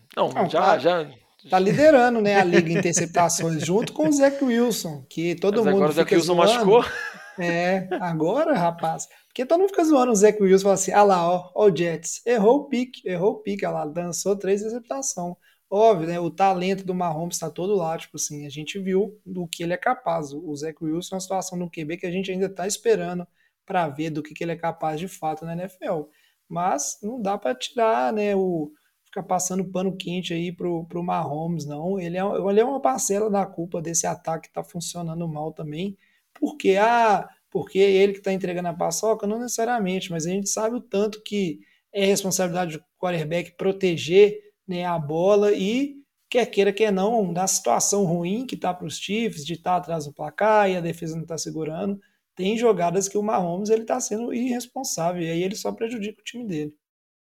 Tá liderando, né, a liga em interceptações junto com o Zach Wilson, que todo mundo agora fica o Zach Wilson zoando. machucou. Agora, rapaz. Porque todo mundo fica zoando o Zach Wilson, fala assim, ó o Jets, errou o pique, olha lá, dançou 3 interceptações. Óbvio, né, o talento do Mahomes tá todo lá, tipo assim, a gente viu do que ele é capaz. O Zach Wilson é uma situação no QB que a gente ainda tá esperando para ver do que ele é capaz de fato na NFL. Mas não dá para tirar, né, ficar passando pano quente aí pro Mahomes, não. Ele é uma parcela da culpa desse ataque que tá funcionando mal também. Porque ele que tá entregando a paçoca? Não necessariamente, mas a gente sabe o tanto que é responsabilidade do quarterback proteger, né, a bola e, quer queira, quer não, da situação ruim que tá para os Chiefs, de estar atrás do placar e a defesa não tá segurando. Tem jogadas que o Mahomes ele tá sendo irresponsável e aí ele só prejudica o time dele.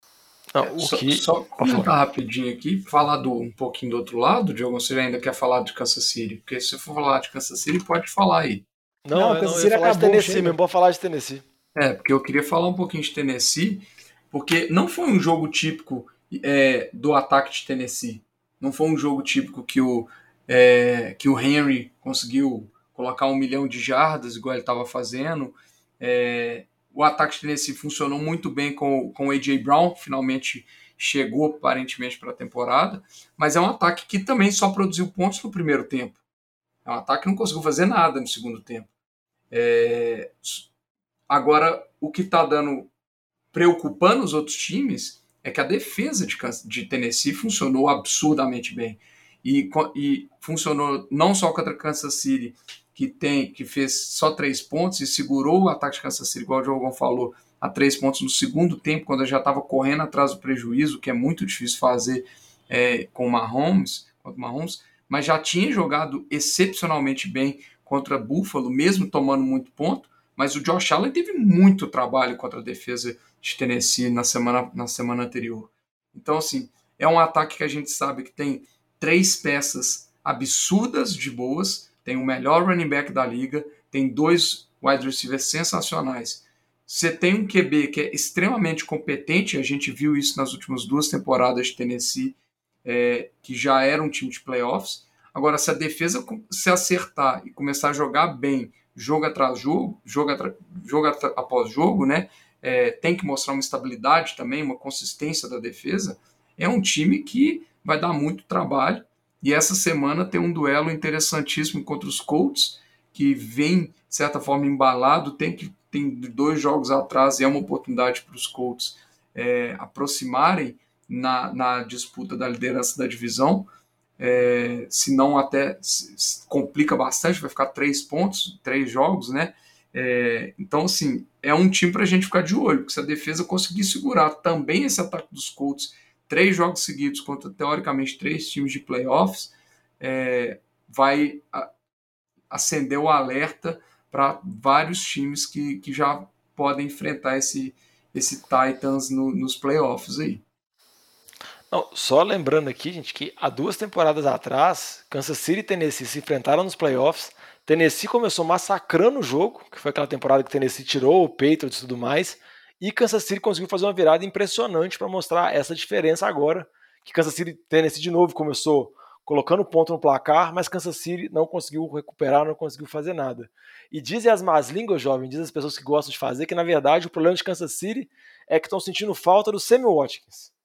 Só comentar rapidinho aqui, falar um pouquinho do outro lado, Diogo, você ainda quer falar de Kansas City? Porque se for falar de Kansas City, pode falar aí. Não, eu ia falar de Tennessee, mesmo, vou falar de Tennessee. Porque eu queria falar um pouquinho de Tennessee, porque não foi um jogo típico do ataque de Tennessee. Não foi um jogo típico que o Henry conseguiu colocar 1 milhão de jardas, igual ele estava fazendo. O ataque de Tennessee funcionou muito bem com o A.J. Brown, finalmente chegou aparentemente para a temporada, mas é um ataque que também só produziu pontos no primeiro tempo. É um ataque que não conseguiu fazer nada no segundo tempo. Agora, o que está preocupando os outros times é que a defesa de Tennessee funcionou absurdamente bem. E funcionou não só contra Kansas City, que fez só 3 pontos e segurou o ataque de Kansas City, igual o Diogão falou, a 3 pontos no segundo tempo, quando já estava correndo atrás do prejuízo, que é muito difícil fazer com o Mahomes, mas já tinha jogado excepcionalmente bem contra Buffalo, mesmo tomando muito ponto, mas o Josh Allen teve muito trabalho contra a defesa de Tennessee na semana anterior. Então, assim, é um ataque que a gente sabe que tem 3 peças absurdas de boas, tem o melhor running back da liga, tem 2 wide receivers sensacionais. Você tem um QB que é extremamente competente, a gente viu isso nas últimas 2 temporadas de Tennessee, que já era um time de playoffs. Agora, se a defesa se acertar e começar a jogar bem, jogo após jogo, né, tem que mostrar uma estabilidade também, uma consistência da defesa, é um time que vai dar muito trabalho. E essa semana tem um duelo interessantíssimo contra os Colts, que vem, de certa forma, embalado, tem 2 jogos atrás, e é uma oportunidade para os Colts aproximarem na disputa da liderança da divisão, se não até se complica bastante, vai ficar 3 pontos, 3 jogos, né? Então, assim, é um time para a gente ficar de olho, porque se a defesa conseguir segurar também esse ataque dos Colts, 3 jogos seguidos contra, teoricamente, 3 times de playoffs, vai acender o alerta para vários times que já podem enfrentar esse Titans nos playoffs aí. Não, só lembrando aqui, gente, que há 2 temporadas atrás, Kansas City e Tennessee se enfrentaram nos playoffs. Tennessee começou massacrando o jogo, que foi aquela temporada que Tennessee tirou o Patriots e tudo mais, e Kansas City conseguiu fazer uma virada impressionante para mostrar essa diferença agora, que Kansas City e Tennessee de novo começou colocando ponto no placar, mas Kansas City não conseguiu recuperar, não conseguiu fazer nada. E dizem as más línguas, jovem, dizem as pessoas que gostam de fazer, que na verdade o problema de Kansas City é que estão sentindo falta do Sammy Watkins.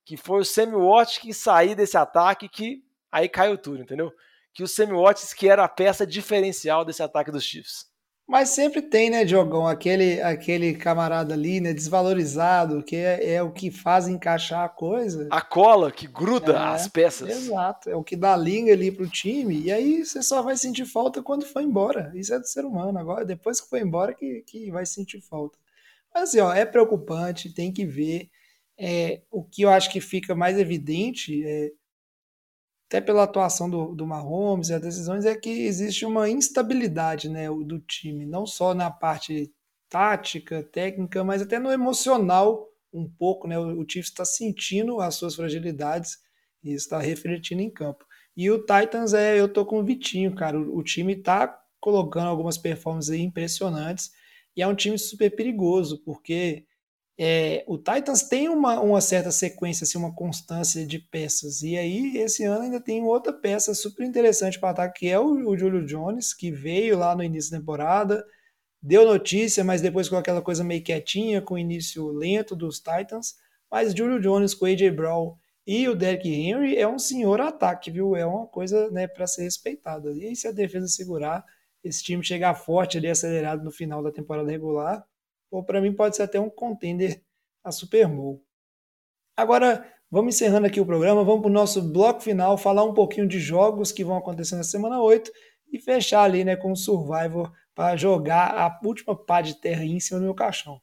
que foi o Sammy Watkins sair desse ataque que aí caiu tudo, entendeu? Que o Sammy Watkins que era a peça diferencial desse ataque dos Chiefs. Mas sempre tem, né, Diogão, aquele camarada ali, né, desvalorizado, que é o que faz encaixar a coisa. A cola que gruda as peças. Exato, é o que dá liga ali pro time, e aí você só vai sentir falta quando for embora. Isso é do ser humano, agora depois que for embora que vai sentir falta. Mas assim, ó, é preocupante, tem que ver. O que eu acho que fica mais evidente até pela atuação do Mahomes e as decisões, é que existe uma instabilidade, né, do time, não só na parte tática, técnica, mas até no emocional um pouco, né, o Chiefs está sentindo as suas fragilidades e está refletindo em campo. E o Titans, eu tô com o Vitinho, cara, o time está colocando algumas performances aí impressionantes e é um time super perigoso, porque o Titans tem uma certa sequência, assim, uma constância de peças. E aí, esse ano ainda tem outra peça super interessante para ataque, que é o Julio Jones, que veio lá no início da temporada, deu notícia, mas depois com aquela coisa meio quietinha, com o início lento dos Titans. Mas Julio Jones com o A.J. Brown e o Derrick Henry é um senhor ataque, viu? É uma coisa, né, para ser respeitada. E aí, se a defesa segurar, esse time chegar forte ali, acelerado no final da temporada regular, ou para mim pode ser até um contender a Super Bowl. Agora, vamos encerrando aqui o programa, vamos para o nosso bloco final, falar um pouquinho de jogos que vão acontecer na semana 8 e fechar ali, né, com o Survivor para jogar a última pá de terra aí em cima do meu caixão.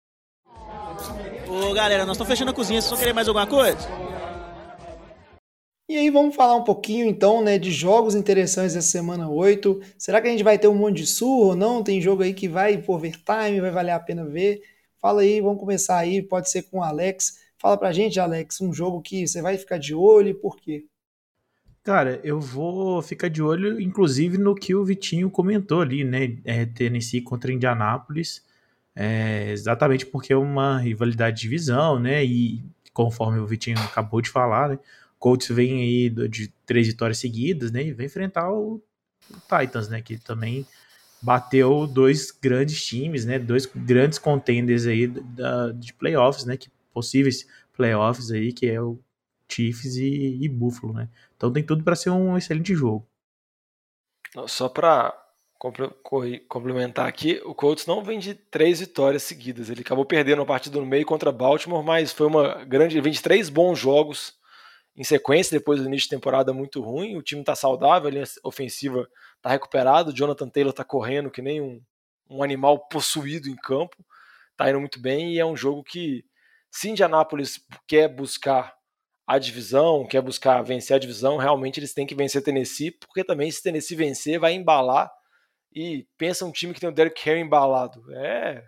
Ô galera, nós estamos fechando a cozinha, vocês vão querer mais alguma coisa? E aí vamos falar um pouquinho então, né, de jogos interessantes essa semana 8. Será que a gente vai ter um monte de surra ou não? Tem jogo aí que vai por overtime, vai valer a pena ver. Fala aí, vamos começar aí, pode ser com o Alex. Fala pra gente, Alex, um jogo que você vai ficar de olho e por quê? Cara, eu vou ficar de olho, inclusive, no que o Vitinho comentou ali, né? Tennessee contra Indianápolis. Exatamente porque é uma rivalidade de divisão, né? E conforme o Vitinho acabou de falar, né? Colts vem aí de 3 vitórias seguidas, né? E vai enfrentar o Titans, né? Que também bateu 2 grandes times, né? 2 grandes contenders aí de playoffs, né? Que possíveis playoffs aí, que é o Chiefs e Buffalo, né? Então tem tudo para ser um excelente jogo. Só para complementar aqui, o Colts não vem de 3 vitórias seguidas. Ele acabou perdendo a partida no meio contra Baltimore, mas foi uma grande. Vem de 3 bons jogos em sequência, depois do início de temporada muito ruim. O time está saudável, a linha ofensiva está recuperada, o Jonathan Taylor está correndo que nem um animal possuído em campo, está indo muito bem, e é um jogo que, se Indianápolis quer buscar a divisão, quer buscar vencer a divisão, realmente eles têm que vencer Tennessee, porque também se Tennessee vencer, vai embalar, e pensa um time que tem o Derrick Henry embalado. É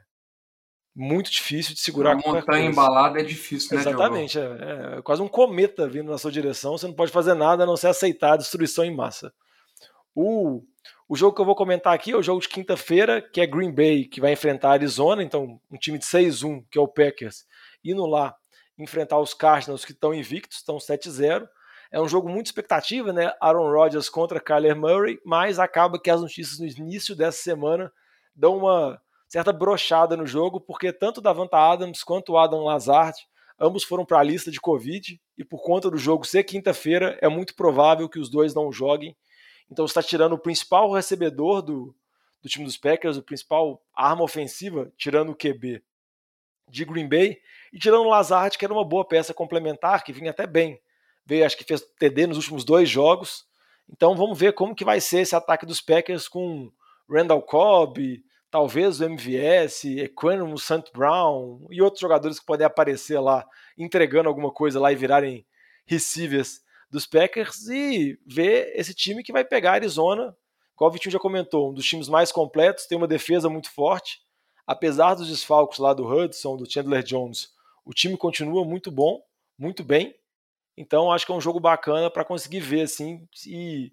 muito difícil de segurar uma montanha embalada é difícil, né? Exatamente, é quase um cometa vindo na sua direção, você não pode fazer nada a não ser aceitar a destruição em massa. O jogo que eu vou comentar aqui é o jogo de quinta-feira, que é Green Bay, que vai enfrentar a Arizona, então um time de 6-1, que é o Packers, indo lá enfrentar os Cardinals, que estão invictos, estão 7-0. É um jogo muito expectativa, né? Aaron Rodgers contra Kyler Murray, mas acaba que as notícias no início dessa semana dão uma certa brochada no jogo, porque tanto o Davante Adams quanto o Adam Lazard, ambos foram para a lista de Covid, e por conta do jogo ser quinta-feira, é muito provável que os dois não joguem. Então você está tirando o principal recebedor do time dos Packers, o principal arma ofensiva, tirando o QB de Green Bay, e tirando o Lazard, que era uma boa peça complementar, que vinha até bem. Veio, acho que fez TD nos últimos 2 jogos. Então vamos ver como que vai ser esse ataque dos Packers com Randall Cobb, talvez o MVS, Equanimous St. Brown e outros jogadores que podem aparecer lá, entregando alguma coisa lá e virarem receivers dos Packers, e ver esse time que vai pegar a Arizona, como o Vitinho já comentou, um dos times mais completos, tem uma defesa muito forte, apesar dos desfalques lá do Hudson, do Chandler Jones, o time continua muito bom, muito bem, então acho que é um jogo bacana para conseguir ver, assim, e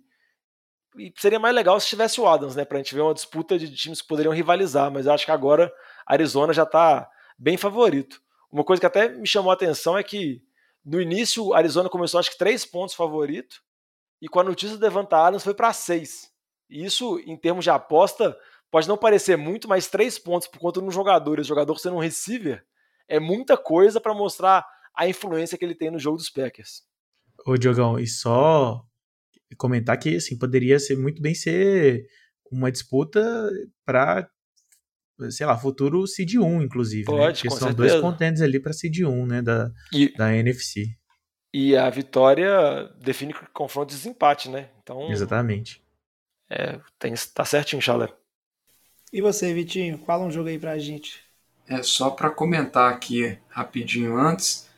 seria mais legal se tivesse o Adams, né, pra gente ver uma disputa de times que poderiam rivalizar, mas acho que agora a Arizona já tá bem favorito. Uma coisa que até me chamou a atenção é que no início a Arizona começou acho que 3 pontos favorito, e com a notícia do Davante Adams foi para 6. E isso, em termos de aposta, pode não parecer muito, mas 3 pontos por conta de um jogador, esse jogador sendo um receiver, é muita coisa para mostrar a influência que ele tem no jogo dos Packers. Ô, Diogão, e só comentar que assim, poderia muito bem ser uma disputa para, sei lá, futuro Seed 1, inclusive. Pode, né? Porque com são certeza. 2 contenders ali para Seed 1, né, da NFC. E a vitória define confronto de desempate, né? Então, exatamente. Tá certinho, Chalé. E você, Vitinho? Fala um jogo aí pra gente. Só para comentar aqui rapidinho antes,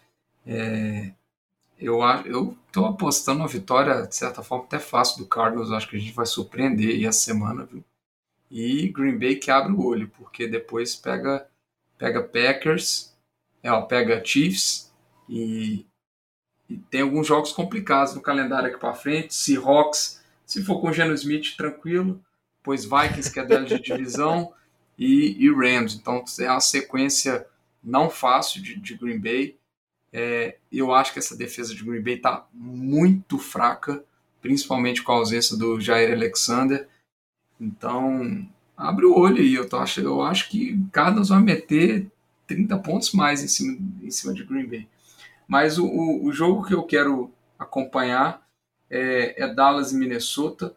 eu tô apostando uma vitória, de certa forma, até fácil do Cardinals. Acho que a gente vai surpreender aí essa semana, viu? E Green Bay que abre o olho, porque depois pega Packers, pega Chiefs e tem alguns jogos complicados no calendário aqui para frente. Seahawks, se for com o Geno Smith, tranquilo. Depois Vikings, que é duelo de divisão, e Rams. Então é uma sequência não fácil de Green Bay. Eu acho que essa defesa de Green Bay está muito fraca, principalmente com a ausência do Jair Alexander. Então, abre o olho aí. Eu acho que o Cardinals vai meter 30 pontos mais em cima de Green Bay. Mas o jogo que eu quero acompanhar é Dallas e Minnesota.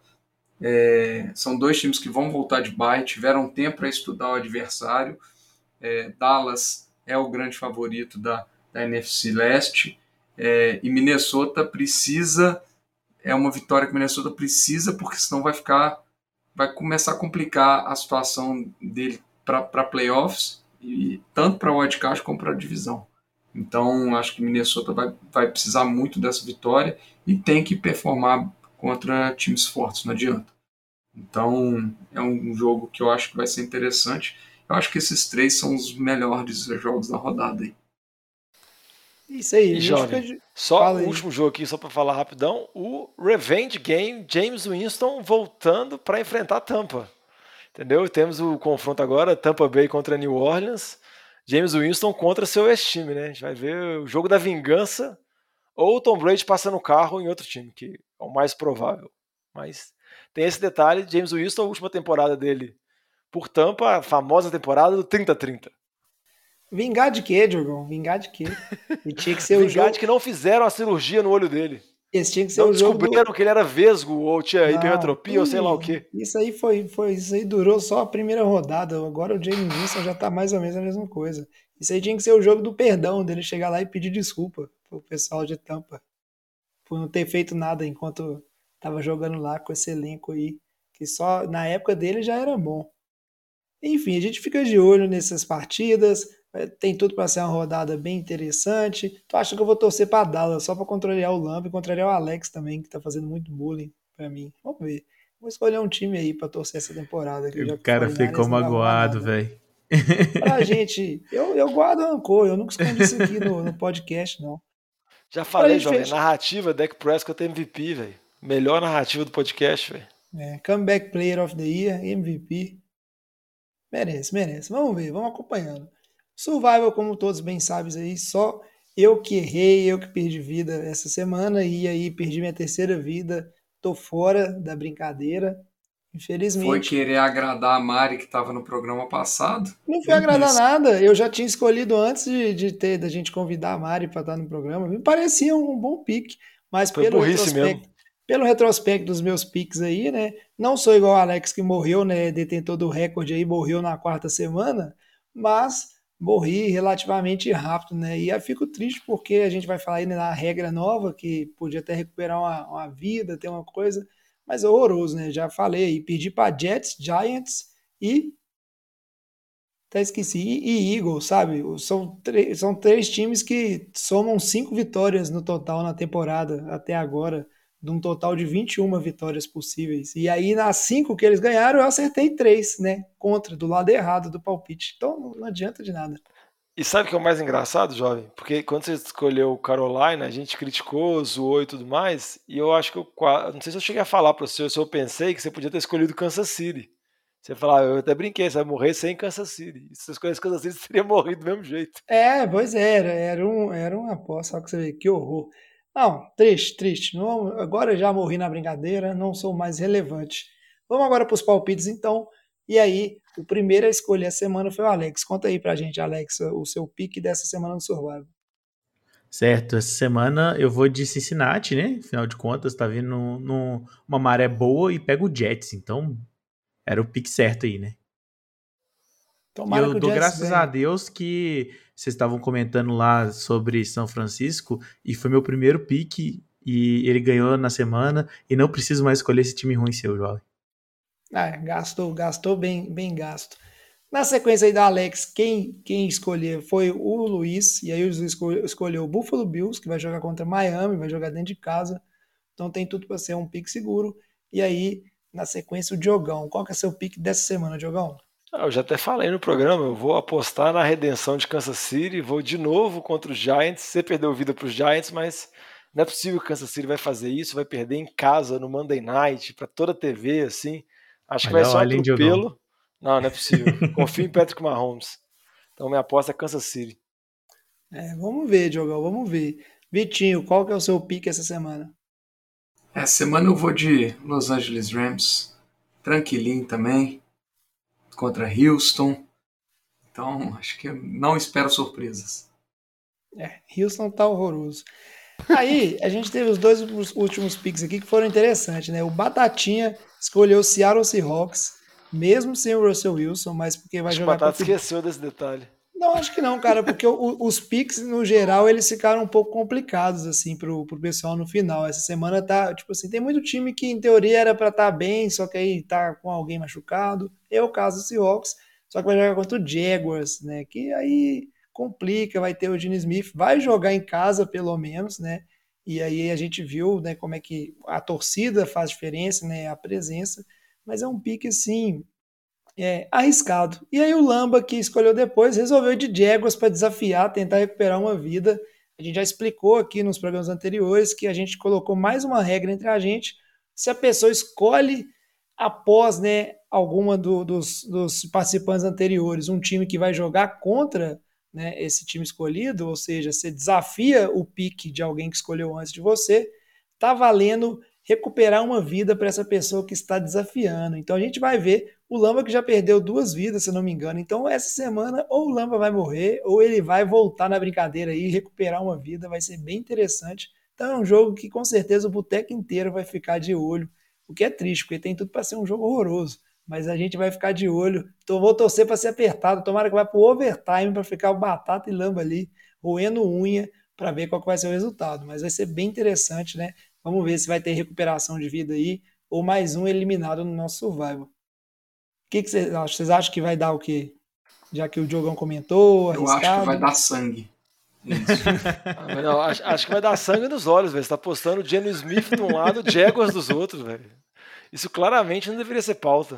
São 2 times que vão voltar de bye, tiveram tempo para estudar o adversário. Dallas é o grande favorito da NFC Leste, e Minnesota precisa, uma vitória que Minnesota precisa, porque senão vai começar a complicar a situação dele para playoffs, e tanto para o wildcard como para a divisão. Então acho que Minnesota vai precisar muito dessa vitória e tem que performar contra times fortes, não adianta. Então é um jogo que eu acho que vai ser interessante. Eu acho que esses 3 são os melhores jogos da rodada aí. Isso aí. E jovem, só o último jogo aqui, só para falar rapidão, o Revenge Game, James Winston voltando para enfrentar Tampa. Entendeu? Temos o confronto agora, Tampa Bay contra New Orleans, James Winston contra seu ex-time, né? A gente vai ver o jogo da vingança ou o Tom Brady passando o carro em outro time, que é o mais provável. Mas tem esse detalhe, James Winston, a última temporada dele por Tampa, a famosa temporada do 30-30. Vingar de quê, Diogão? Vingar de quê? E tinha que ser o jogo de que não fizeram a cirurgia no olho dele. Esse tinha que ser não o jogo descobriram que ele era vesgo ou tinha hipermetropia ou sei lá o quê. Isso aí durou só a primeira rodada. Agora o James Winston já tá mais ou menos a mesma coisa. Isso aí tinha que ser o jogo do perdão, dele chegar lá e pedir desculpa pro pessoal de Tampa por não ter feito nada enquanto tava jogando lá com esse elenco aí, que só na época dele já era bom. Enfim, a gente fica de olho nessas partidas. Tem tudo para ser uma rodada bem interessante. Tô achando que eu vou torcer para Dallas só para contrariar o Lamb e contrariar o Alex também, que tá fazendo muito bullying para mim. Vamos ver. Vou escolher um time aí para torcer essa temporada. O cara ficou magoado, velho. Pra gente, eu guardo rancor, eu nunca escondi isso aqui no podcast, não. Já falei, jovem, narrativa, Dak Prescott MVP, velho. Melhor narrativa do podcast, velho. Comeback Player of the Year, MVP. Merece. Vamos ver, vamos acompanhando. Survival, como todos bem sabem aí, só eu que errei, eu que perdi vida essa semana e aí perdi minha terceira vida, tô fora da brincadeira, infelizmente. Foi querer agradar a Mari que estava no programa passado? Não foi agradar nada, eu já tinha escolhido antes da gente convidar a Mari para estar no programa, me parecia um bom pique, mas pelo retrospecto dos meus piques aí, né, não sou igual o Alex que morreu, né, detentor do recorde aí, morreu na 4ª semana, mas morri relativamente rápido, né? E eu fico triste porque a gente vai falar aí na regra nova que podia até recuperar uma vida, ter uma coisa, mas é horroroso, né? Já falei aí, perdi para Jets, Giants e até esqueci, e Eagles, sabe? São 3 times que somam 5 vitórias no total na temporada até agora, de um total de 21 vitórias possíveis. E aí, nas 5 que eles ganharam, eu acertei 3, né? Do lado errado do palpite. Então, não adianta de nada. E sabe o que é o mais engraçado, jovem? Porque quando você escolheu o Carolina, a gente criticou, zoou e tudo mais, e eu acho que não sei se eu cheguei a falar para você, se eu pensei que você podia ter escolhido Kansas City. Você falou, eu até brinquei, você vai morrer sem Kansas City. E se você escolhesse Kansas City, você teria morrido do mesmo jeito. Pois era uma aposta, só que você vê, que horror. Não, triste. Não, agora já morri na brincadeira, não sou mais relevante. Vamos agora para os palpites, então. E aí, o primeiro a escolher a semana foi o Alex. Conta aí pra gente, Alex, o seu pique dessa semana no Survival. Certo, essa semana eu vou de Cincinnati, né? Afinal de contas, tá vindo uma maré boa e pega o Jets, então era o pique certo aí, né? Tomara e eu que o dou Jets graças ganhe. a Deus que vocês estavam comentando lá sobre São Francisco e foi meu primeiro pique e ele ganhou na semana e não preciso mais escolher esse time ruim seu, jovem. Gastou bem gasto. Na sequência aí da Alex, quem escolher foi o Luiz, e aí o Luiz escolheu o Buffalo Bills, que vai jogar contra Miami, vai jogar dentro de casa, então tem tudo para ser um pique seguro. E aí, na sequência, o Diogão. Qual que é seu pique dessa semana, Diogão? Eu já até falei no programa, eu vou apostar na redenção de Kansas City, vou de novo contra os Giants. Você perdeu vida para os Giants, mas não é possível que Kansas City vai fazer isso, vai perder em casa no Monday Night, para toda a TV, assim. Acho que vai ser um atropelo. Não é possível. Confio em Patrick Mahomes. Então minha aposta é Kansas City. Vamos ver, Diogão, vamos ver. Vitinho, qual que é o seu pique essa semana? Essa semana eu vou de Los Angeles Rams, tranquilinho também, contra Houston. Então, acho que eu não espero surpresas. Houston tá horroroso. Aí, a gente teve os dois últimos picks aqui que foram interessantes, né? O Batatinha escolheu o Seattle Seahawks, mesmo sem o Russell Wilson, mas porque vai jogar... O Batata esqueceu desse detalhe. Não, acho que não, cara, porque os picks, no geral, eles ficaram um pouco complicados, assim, pro pessoal no final. Essa semana tá, tipo assim, tem muito time que, em teoria, era pra estar bem, só que aí tá com alguém machucado. É o caso do Seahawks, só que vai jogar contra o Jaguars, né, que aí complica, vai ter o Gene Smith, vai jogar em casa, pelo menos, né, e aí a gente viu, né, como é que a torcida faz diferença, né, a presença, mas é um pique, assim... arriscado. E aí o Lamba, que escolheu depois, resolveu ir de Jaguars para desafiar, tentar recuperar uma vida. A gente já explicou aqui nos programas anteriores que a gente colocou mais uma regra entre a gente. Se a pessoa escolhe após, né, alguma dos participantes anteriores um time que vai jogar contra, né, esse time escolhido, ou seja, você desafia o pique de alguém que escolheu antes de você, tá valendo recuperar uma vida para essa pessoa que está desafiando. Então a gente vai ver o Lamba que já perdeu 2 vidas, se não me engano. Então essa semana ou o Lamba vai morrer ou ele vai voltar na brincadeira e recuperar uma vida. Vai ser bem interessante. Então é um jogo que com certeza o boteco inteiro vai ficar de olho. O que é triste, porque tem tudo para ser um jogo horroroso. Mas a gente vai ficar de olho. Então vou torcer para ser apertado. Tomara que vá para o overtime para ficar o Batata e Lamba ali roendo unha para ver qual que vai ser o resultado. Mas vai ser bem interessante, né? Vamos ver se vai ter recuperação de vida aí ou mais um eliminado no nosso Survival. O que vocês acham? Vocês acham que vai dar o quê? Já que o Diogão comentou, arriscado? Eu acho que vai dar sangue. Não, acho que vai dar sangue nos olhos, velho. Você tá postando o Geno Smith de um lado, o Jaguars dos outros, velho. Isso claramente não deveria ser pauta.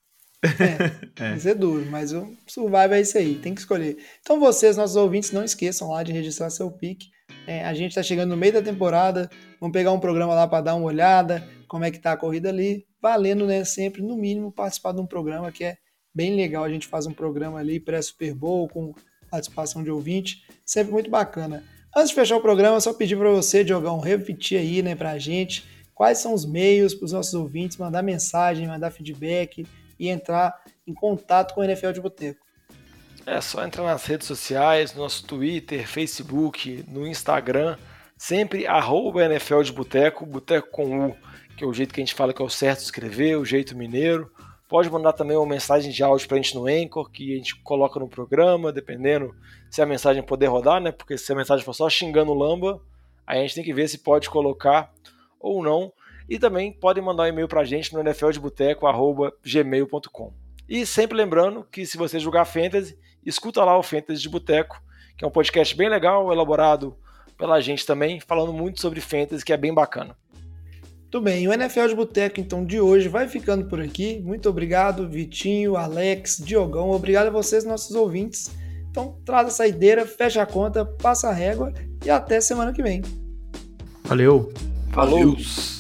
Vai ser duro, mas o Survival é isso aí, tem que escolher. Então vocês, nossos ouvintes, não esqueçam lá de registrar seu pique. A gente tá chegando no meio da temporada, vamos pegar um programa lá para dar uma olhada, como é que tá a corrida ali, valendo, né, sempre, no mínimo, participar de um programa que é bem legal. A gente faz um programa ali pré-Super Bowl com participação de ouvinte, sempre muito bacana. Antes de fechar o programa, só pedir para você, Diogão, repetir aí, né, pra gente, quais são os meios para os nossos ouvintes mandar mensagem, mandar feedback e entrar em contato com o NFL de Boteco. É só entrar nas redes sociais, no nosso Twitter, Facebook, no Instagram, sempre @NFL de Boteco, Boteco com U, que é o jeito que a gente fala que é o certo de escrever, o jeito mineiro. Pode mandar também uma mensagem de áudio pra gente no Anchor, que a gente coloca no programa, dependendo se a mensagem puder rodar, né? Porque se a mensagem for só xingando o Lamba, aí a gente tem que ver se pode colocar ou não. E também podem mandar um e-mail pra gente no nfldeboteco@gmail.com. E sempre lembrando que se você jogar Fantasy, escuta lá o Fantasy de Boteco, que é um podcast bem legal, elaborado pela gente também, falando muito sobre Fantasy, que é bem bacana. Tudo bem, o NFL de Boteco, então, de hoje vai ficando por aqui. Muito obrigado, Vitinho, Alex, Diogão. Obrigado a vocês, nossos ouvintes. Então, traz a saideira, fecha a conta, passa a régua e até semana que vem. Valeu! Falou!